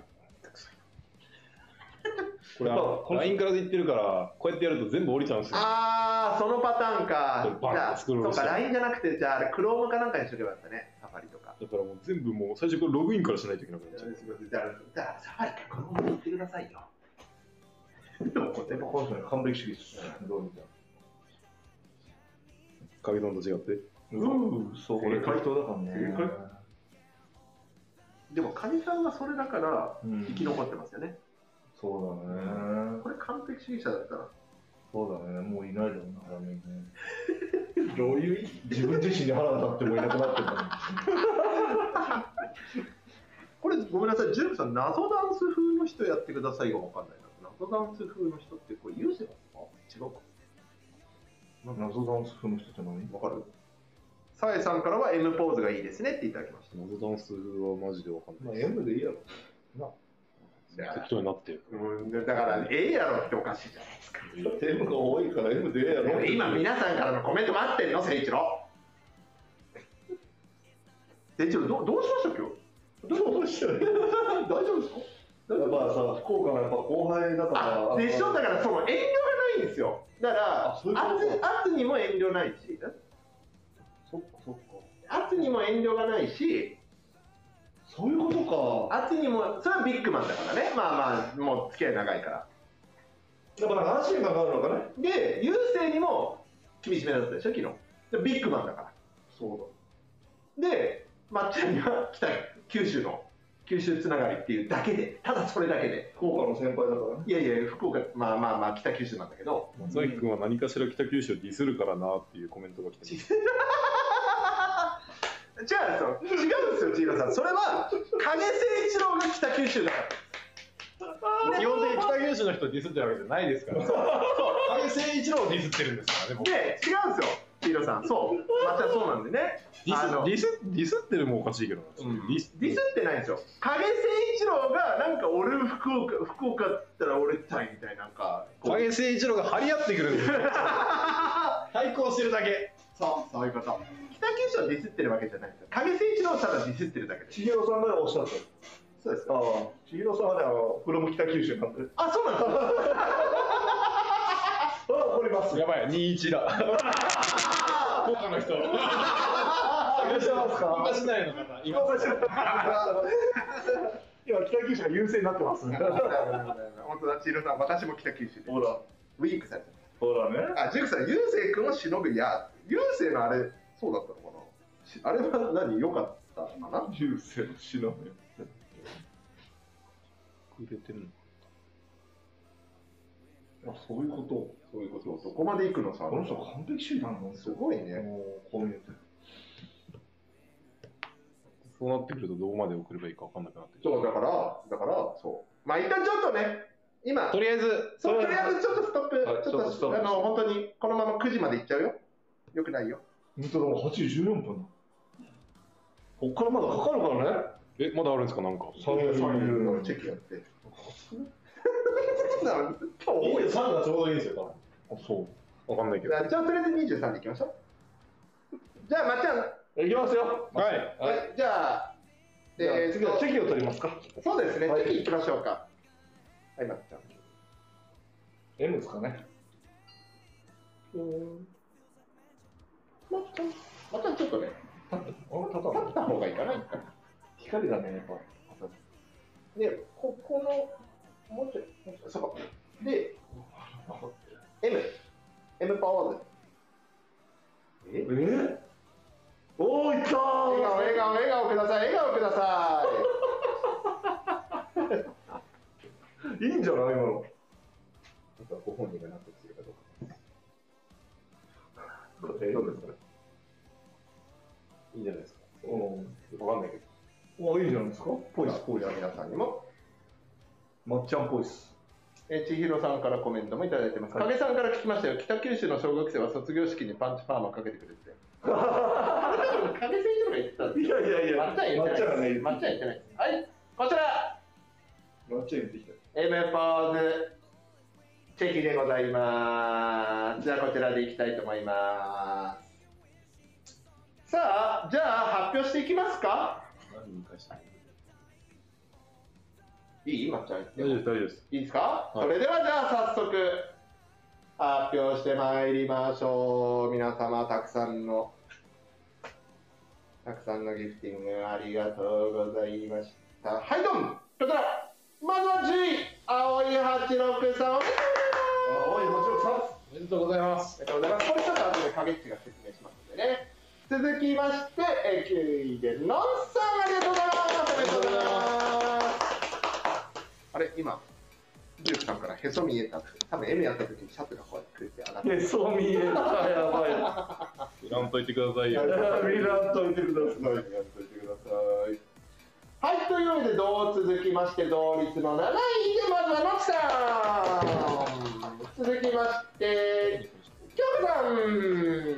これあの ライン からで言ってるからこうやってやると全部降りちゃうんですよ。 あー、そのパターンか。 これバンじゃあ、 とスクロールしてそうか、ライン じゃなくて、じゃあ、あれ、クロームかなんかにしとけばよかったね。サファリとか。 だからもう全部もう最初からログインからしないといけなくなっちゃう。 すみません。じゃあ、じゃあサファリかクロームに行ってくださいよ。でも、こやっぱこの人ね、完璧主義ですね。どう見ても。 影さんと違ってうん、そう、俺回答だからね。 でも、カニさんはそれだからうん生き残ってますよね。 そうだね。 これ完璧主義者だったら。 そうだね。もういないだろうな、ラーメンね。 どういう意味？ 自分自身に腹が立ってもいなくなってた。 これごめんなさい、ジュークさん、謎ダンス風の人やってくださいがわかんないな。謎ダンス風の人ってこれユースだか違うか。 謎ダンス風の人って何？ わかる？サエさんからは エム ポーズがいいですねっていただきました。 謎ダンスはマジでわかんまあないです。 M でいいやろ。 適当になってる。 うん、だから、ええやろっておかしいじゃないですか。 M が多いから M でええやろ。 でも今皆さんからのコメント待ってんの、誠一郎。誠一郎、どどうしました今日？ どうしたらいい？ 大丈夫ですか？ やっぱさ、福岡のやっぱ後輩だから。 あ、でしょ。だからその遠慮がないんですよ。だからあそういうこと圧圧にも遠慮ないし、 そっかそっか。 圧にも遠慮がないし、 そういうことか。 圧にもそれはビッグマンだからね。まあまあもう付き合い長いから。 だから安心感があるのかね。 で、優勢にも厳しめだったでしょ昨日。でビッグマンだから。 そうで、まっちゃんには北九州の九州つながりっていうだけで、ただそれだけで。 だ。福岡の先輩だからね。 いやいや、福岡、まあまあまあ北九州なんだけど。 松崎君は何かしら北九州をディスるからなっていうコメントが来てます。 違うんですよ、違うんですよ、千尋さん。それは影誠一郎が北九州だから。 基本的に北九州の人をディスってるわけじゃないですから。そう、影誠一郎をディスってるんですからね。僕で、違うんですよ、千尋さん。そう、またそうなんでね。 ディあのスディスディスってるもおかしいけどな。 うんディスディスってないんですよ。影誠一郎がなんか俺福岡福岡だったら俺たいみたいな、なんかこう影誠一郎が張り合ってくるんですよ。対抗してるだけ。 そう、そういうこと。北九州をディスってるわけじゃないんですよ。影誠一郎をただディスってるだけです。 千尋さんがおっしゃった。 そうです。 ああ、千尋さんはね、あの、フロム北九州なんで。 あ、そうなんですか。 あ、怒ります。 やばい、にいちだ。福岡の人。 いらっしゃいますか。 福岡市内の方、います。 今北九州が優勢になってますね。 本当だ、千尋さん、私も北九州で。 ほら、 ウィークされてる。 ほらね。 あ、ジュークさん、ゆうせい君をしのぐや。ゆうせいのあれ、そうだったのかな。しあれは何、良かったのかな。 優勢のしのぶ。 くれてるあ、そういうこと。 そういうこと。どこまで行くのさ。 この人完璧主義なんだ。 すごいね。 もうこう見えて。 そうなってくるとどこまで送ればいいか分かんなくなってくる。 そうだからだからそうまあ一旦ちょっとね今とりあえずそうとりあえずちょっとストップ、 はいちょっとちょっとストップあの本当にこのままくじまで行っちゃうよ。よくないよ。 本当だ、もうはちじじゅうよんぷんだ。こっからまだかかるからね。 え、まだあるんですか、なんか。 さんじゅうのチェキやってなんか今日多い。 さんがちょうどいいんですよ、 あ、そ多分。わかんないけど。 じゃあじゃあとりあえずにじゅうさんでいきましょう。じゃあまっちゃん、 う。いきますよ。 はい。 はい、じゃあじゃあえー次はチェキを取りますか。 そうですね、 はいチェキいきましょうか。はい、まっちゃん。 M ですかね。 うんまっちゃんまっちゃんちょっとねあ、 立った方がいいかな。 光がね、やっぱ。 で、ここの、もうちょい、そこ。で、M、M パワーズ。ええおー、いったー。 笑顔、笑顔、笑顔ください、笑顔くださいいんじゃない今の。 い。ご本人が納得するかどうか。 えどうですか。 いいんじゃないですか。 うん。 わかんないけど。 お、いいじゃないですか。ポイス、ポイス。 皆さんにも、 まっちゃんポイス。 え千尋さんからコメントもいただいてます。影さんから聞きましたよ。北九州の小学生は卒業式にパンチパーマかけてくれって。影選手が言ってたんですいやいやいや、 まっちゃん言ってないです。 まっちゃんがね、 まっちゃん言ってないです。はい、こちら。 まっちゃん言ってきた。 M ポーズチェキでございます。じゃあこちらでいきたいと思います。さあ、じゃあ発表していきますか。 何に返したの？ いい？まっちゃん。 大丈夫です、大丈夫です。 いいですか、 はい、 それではじゃあ早速発表してまいりましょう。皆様たくさんのたくさんのギフティングありがとうございました。はいどん、こちらまずはじゅうい青いはちろくさん、おめでとうございます。 青いはちろくさん。 おめでとうございます。 ありがとうございます。これちょっと後で影っちが説明しますのでね。続きましてえきゅういでのんさん、ありがとうございます。おめでとうございます。あれ今ジュークさんからへそ見えたって、多分 M やった時にシャツがこうやってくれて上がってへそ見えた、やばい。 いらんといてくださいよ。 見らんといてください。 やっといてください。はい、というわけでどう続きまして同率のなないでまずはのちさん、続きましてきょうさん、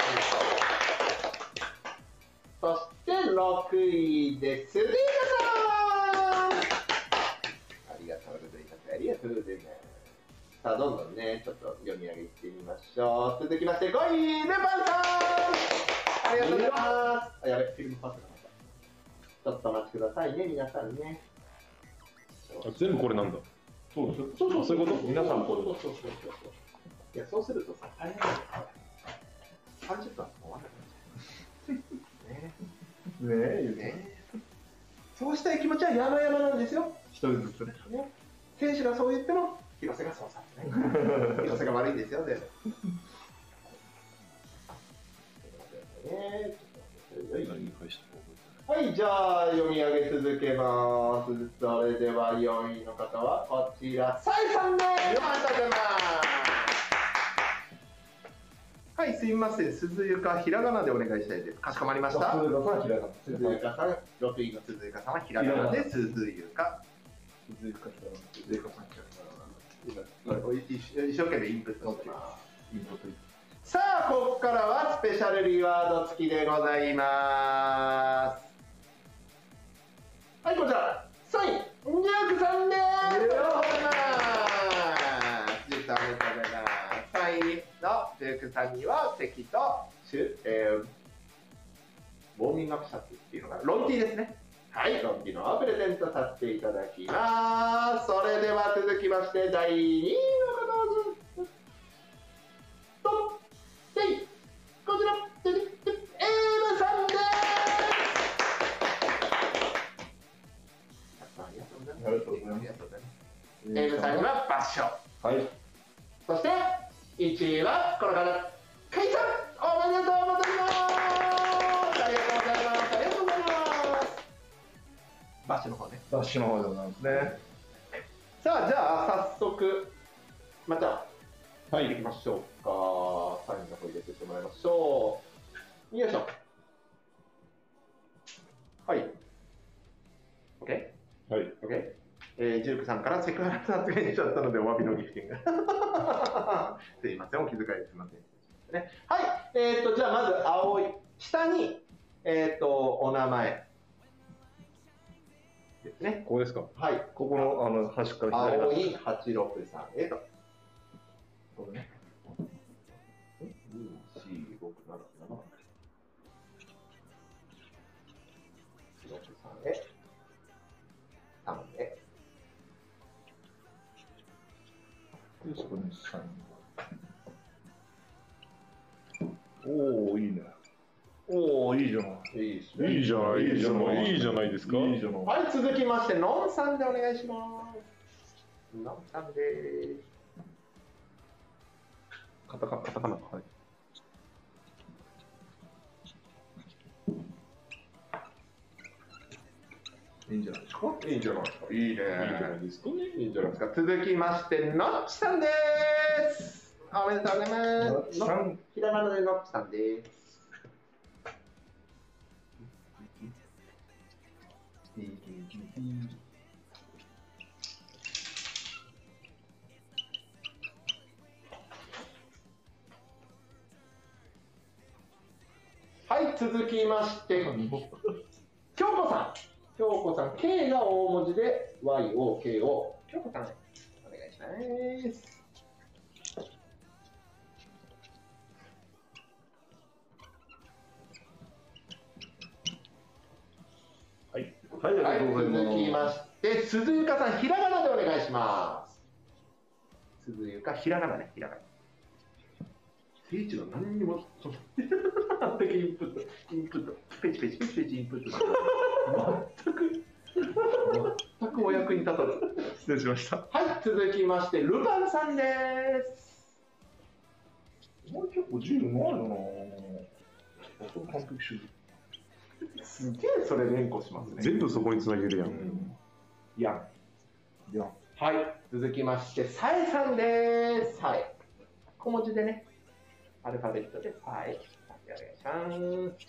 そしてろくいで鈴井さん、ありがとうございます。ありがとうございます。さあどんどんねちょっと読み上げてみましょう。続きましてごいレパンさん、ありがとうございます。あ、やべ、フィルムパスがちょっとお待ちくださいね、皆さんね。 あ、全部これなんだ。 そうです。 そうそうそういうこと皆さんこれ。 そうそうそうそう。いや、そうするとさ、大変なんだよ。さんじゅっぷん終わらなくなっちゃう。ねねえ、言うて。 ねそうしたい気持ちは山々なんですよ。 一人ずつね。 ね、選手がそう言っても、広瀬がそうさせない。広瀬が悪いんですよ、全部。ね何に返したかはい、じゃあ読み上げ続けます。それではよんいの方はこちら、サイさんです。ありがとうございます。はい、すみません。鈴ゆかひらがなでお願いしたいです。かしこまりました。 鈴ゆかさん、ひらがな。 鈴ゆかさん、ろくいの鈴ゆかさんはひらがなで鈴ゆか。 鈴ゆかひらがな。鈴ゆかさん、ひらがな。 今一生懸命インプットしてます。 いいこと言って。 さあ、ここからはスペシャルリワード付きでございます。はい、こちら、さんい、ジュークさんです。ありがとうございます。ジュークさん、ありがとうございます。さんいのジュークさんには、席と、シュえー、ウォーミングアップシャツっていうのが、ロンティーですね。 はい、今期のプレゼントさせていただきます。それでは続きましてだいにいの方どうぞ。とでこちらエムさんです。ありがとうございます。 ありがとうございます。 エムさんにはバッション。 はい。 そしていちいはこの方、ケイさん、おめでとうございます。ありがとうございます。ありがとうございます。バッシュの方ね。 バッシュの方でございますね。 さあ、じゃあ早速またはい行きましょうか。サインの方入れてってもらいましょう。よいしょ。はい。OK？ はい。 OK？えー、ジュークさんからセクハラ発言しちゃったのでお詫びのギフティング。すいません、お気遣いすいません。ね、はい、えー、とじゃあまず青い下に、えー、とお名前ですね。 ここですか。 はい、 ここのあの端から左青端。 いはちろくさんへと。これね。に、よん、ご、なな、なな。はちろくさんへ。さんへ。 でそこにサイン。おおいいね。おおいいじゃない。 いいですね。 いいじゃない、いいじゃない、いいじゃないですか。 いいじゃない。 はい、続きまして、のんさんでお願いします。のんさんでーす。 カタカナ、カタカナ。はい。いいんじゃないですか。 いいんじゃないですか。いいね。 いいじゃないですかね。 いいんじゃないですか。続きまして、のっちさんでーす。おめでとうございます。 のっちさん。 ひらがなでのっちさんでーす。はい、続きまして、京子さん。京子さん、K が大文字で ワイオーケーオー。京子さん、お願いします。 はい、あはい、 りがとうございます。 続きまして、鈴ゆかさん、ひらがなでお願いします。鈴ゆか、ひらがなね、ひらがな。聖地が何にも、その、完璧インプット、インプット、ペチペチペチペチインプット。全く、全くお役に立たず。 失礼しました。 はい、続きまして、ルパンさんです。 お前結構字うまいよな。あ、それ完璧主義。 すげえそれ連呼しますね。 全部そこにつなげるやん。 やん。 いや。 はい、続きまして、さえさんです。はい。小文字でね、アルファベットでさえ。お願いします。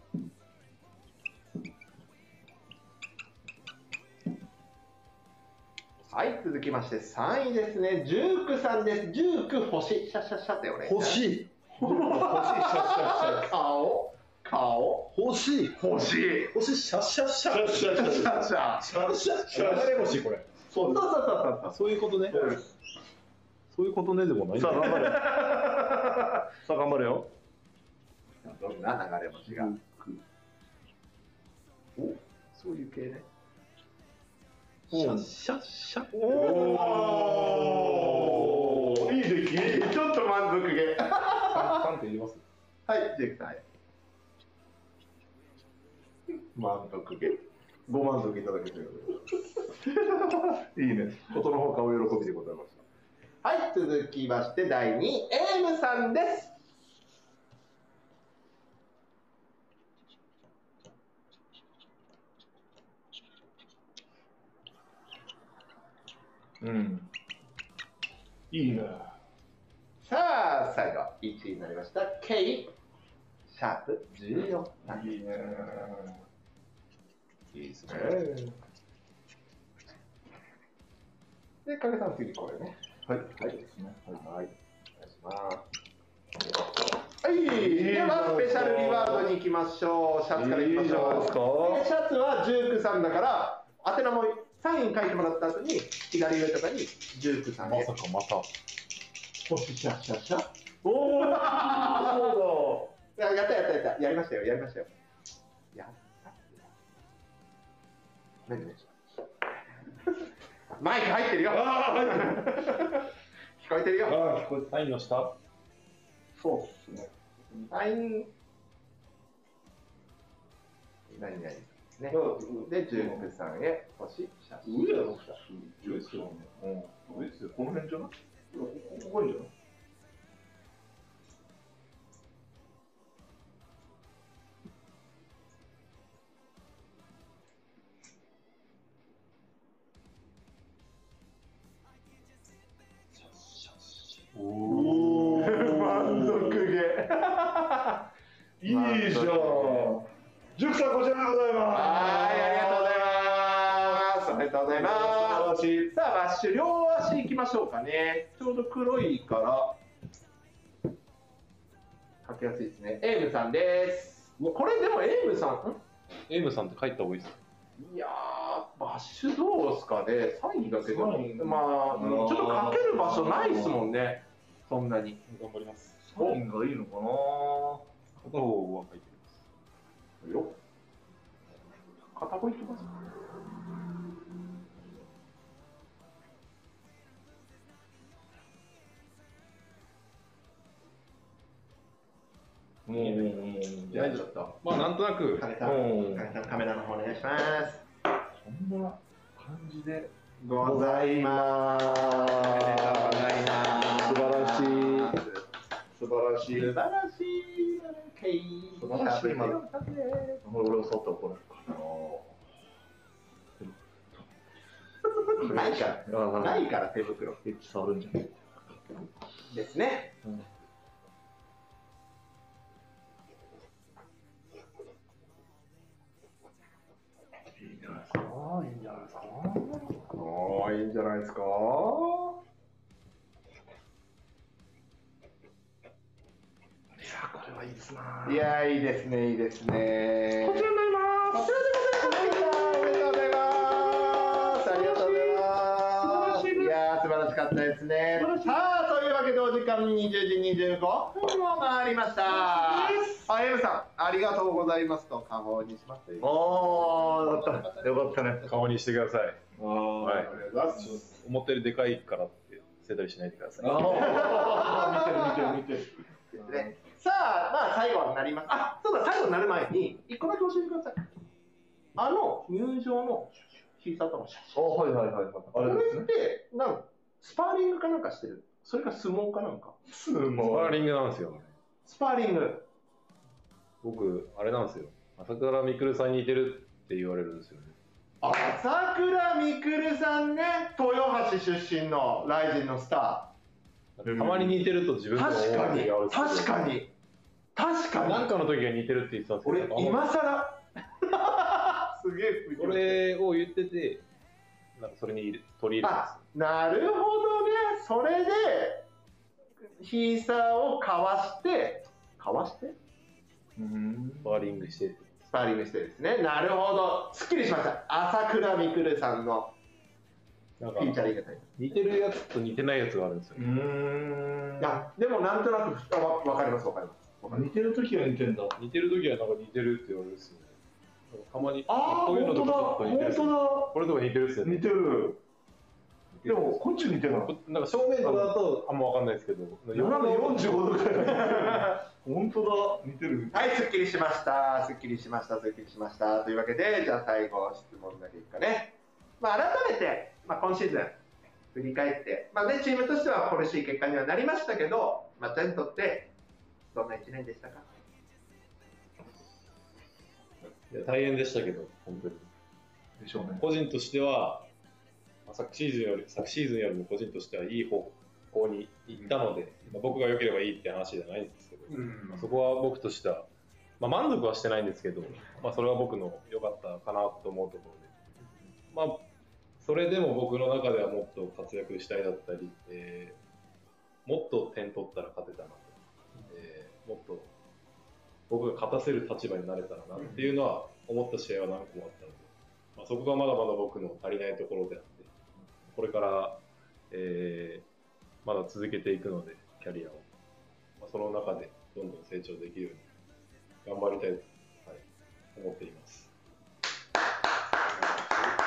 はい、続きましてさんいですね、ジュークさんです。ジューク星、シャッシャッシャってお願いします。 欲しい。欲しい。シャッシャッシャ。 顔、顔、 欲しい。 欲しい。 星シャッシャッシャ。 シャッシャッシャッシャッシャ。 シャッシャッシャ。流れ星これ。 そうそうそうそうそう。 そういうことね。そういうことねでもないんだよ。 さあ頑張れ。さあ頑張れよ。 どんな流れ星が。お、そういう系ね。 シャッシャッシャッ。 おお。いい出来。 ちょっと満足げ。 三って言います。 はい、ジェイクさん。満足げ。ご満足いただけということで。いいね。ことのほかお喜びでございました。はい、続きましてだいにい、エムさんです。 うん。いいね。 さあ、最後、いちいになりました。K、シャープじゅうよん。 いいね。 いいですね。で、影さん、次これね。 はい。 はいですね。 はい。 はい。お願いします。はい。では、スペシャルリワードに行きましょう。シャツから行きましょう。 いいじゃないですか。 でシャツはジュークさんだから、宛名もサイン書いてもらった後に、左上とかにジュークさんへ。 まさかまた。 星シャシャシャ。 おお。そうやったやったやった。やりましたよ。やりましたよ。やった。 何々マイク入ってるよ。 ああ、はい。 聞こえてるよ。 ああ、聞こえ、サインの下。 そうっすね。 サイン。何々ですね。 うんで、ジュークさんへ星写真。 上やろ、上ですよ。うん。上ですよ。この辺じゃない？こここいいんじゃない？ おー。 満足げ。 いいじゃん。ジュクさん、こちらでございます。 はい、ありがとうございます。ありがとうございます。さあ、バッシュ、両足行きましょうかね。ちょうど黒いから書きやすいですね。エイムさんです。これでもエイムさん、 エイムさんって書いた方がいいですか？ いやー、バッシュどうですかね。サインだけど、 サインまあ、ちょっと書ける場所ないですもんね。そんなに。 頑張ります。 サインがいいのかな。 片方は書いてます。 よ。片方行きます。 うんうんうん。 大丈夫だっまあ、なんとなく。 た。金さん、 うん金さんカメラの方お願いします。 そんな感じで。 ございます。おめでとうございます。 素晴らしい。素晴らしい。 素晴らしい。 素晴らしいまだ。 俺を触ったらこれ。 ないから。ないから手袋。 エッチ触るんじゃないですね。 うんいいんじゃないですか。いいんじゃないですか。 ああ、いいんじゃないですか。 いや、これはいいですな。 いや、いいですね、いいですね。 こちらになります。 こちらでございます。ありがとうございます。ありがとうございます。いやー、素晴らしかったですね。さあ、というわけでお時間にじゅうじにじゅうごふんを回りました。あ、エムさん、ありがとうございますと、カホにします。 ああ、よかった。よかったね。 顔にしてください。 ああ、 はいありがとうございます。 思ったよりでかいからって捨てたりしないでください。 ああ、見てる見てる見てる。 ね、さあ、まあ、最後になります。あ、そうだ、最後になる前に、一個だけ教えてください。あの入場のヒーサーとの写真。 あ、はいはいはいはい。あこれれですねっ。て、なんスパーリングかなんかしてる？それか相撲かなんか？ スースパーリングなんですよ。 スパーリング。 僕、あれなんですよ。朝倉未来さんに似てるって言われるんですよね。 朝倉未来さんね、豊橋出身のライジンのスタたまに似てると自分ー。 でも思う確かに時があるんですけど確かに確かに。 なんかの時は似てるって言ってたんですけど、 俺今更すげえ不それを言ってて、なんかそれに取り入れたんあ、なるほどね。それでヒーサーをかわしてかわしてうんです。スパーリングして。 スパーリングしてですね。なるほど。すっきりしました。朝倉未来さんのなんかフィーチャリングタイプ。 似てるやつと似てないやつがあるんですよう。ん。 いや、でもなんとなくあわわかりますわかります。 似てるときは似てんだ。 似てる時はなんか似てるって言われるんですよね。たまに、 ああ、 こういうのと本当だ。 かちょっと似てるっすね。 本これとか似てるっすよね。 当だ。似てる。でも、こっち似てない。 こなんか正面とかだとあんまわかんないですけど、 斜めよんじゅうごどくらい。本当だ。似てる。 はい、すっきりしました。すっきりしました。すっきりしました。というわけで、じゃあ最後、質問だけいくかね。まあ、改めて、まあ、今シーズン、振り返って、まあね、チームとしては苦しい結果にはなりましたけど、まあ、全にとって、どんないちねんでしたか？ いや大変でしたけど、本当に。 でしょうね。 個人としては、まあ昨シーズンより、昨シーズンよりも個人としてはいい方向に行ったので、まあ、僕が良ければいいって話じゃないんですけど、 うんまあそこは僕としては、まあ、満足はしてないんですけど、まあ、それは僕の良かったかなと思うところで、まあ、それでも僕の中ではもっと活躍したいだったり、えーもっと点取ったら勝てたなと、えーもっと僕が勝たせる立場になれたらなっていうのは思った試合は何個もあったので、まあ、そこがまだまだ僕の足りないところであって、これから、えーまだ続けていくので、キャリアを、まあ、その中でどんどん成長できるように頑張りたいと、はい、思っています。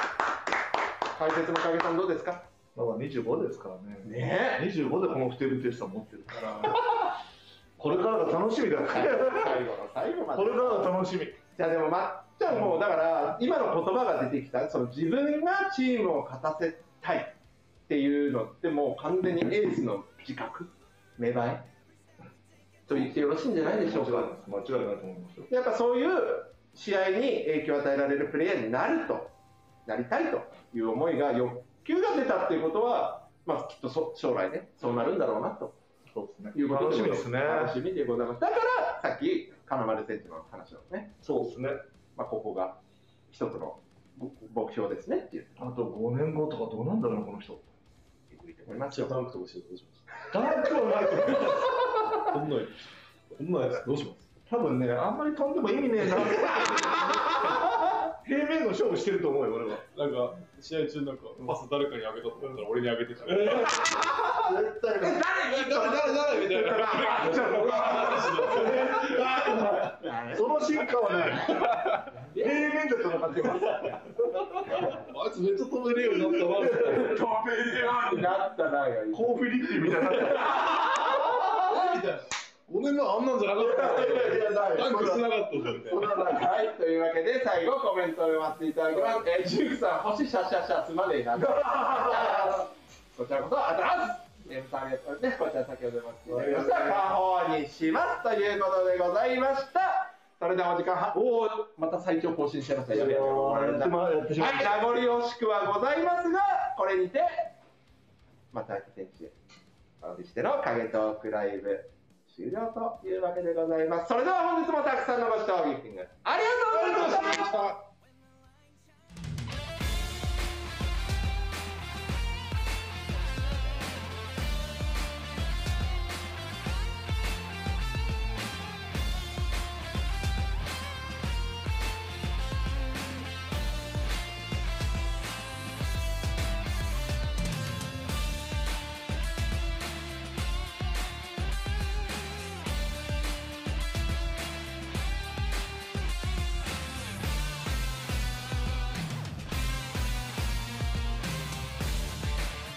解説の影さんどうですか？ まだにじゅうごですからね。 ねにじゅうごでこのふてぶてしさ持ってるから。これからが楽しみだ。 最後の最後まで。 これからが楽しみ。 じゃあでもまっちゃんもだから今の言葉が出てきたその自分がチームを勝たせたいっていうのってもう完全にエースの自覚芽生えと言ってよろしいんじゃないでしょうか。 間違いないと思いますよ。 やっぱそういう試合に影響を与えられるプレイヤーになるとなりたいという思いが欲求が出たっていうことは、まあ、きっとそ将来ねそうなるんだろうなと。 そうですね。 いうこと楽しみですね。 楽しみでございます。だからさっき金丸選手の話をね、 そうですね。 まあここが一つの目標ですねっていう。 あとごねんごとかどうなんだろうなこの人。 思いますよ。 ダンクとかしてどうしダンクはないと思います。 ますこんなやつこんなやつどうします多分ねあんまり飛んでも意味ねえな。平面の勝負してると思うよ俺は。 なんか試合中なんかパス誰かにあげたと思ったら俺にあげてた。 絶対誰誰誰みたいな。 その進化はね平面で戦ってます。 あいつめっちゃ飛べるようになったなみたいな。 飛べるようになったな。 コーフィリッピーみたいになってる。 ごねんまえあんなんじゃなかったいやないダンクしなかったじゃんみたいな。 はい、というわけで最後コメントを読ませていただきます。えー、ジュークさん、星シャシャシャつまでいな。こちらこそあたらす。エムさんね、こちら先ほども言いました過方にしますということでございました。それではお時間は、おお、また最長更新してました。やめやめはい、名残惜しくはございますが、これにて、また選手、お呼びしての影トークライブ。終了というわけでございます。それでは本日もたくさんのご視聴ギフティングありがとうございました。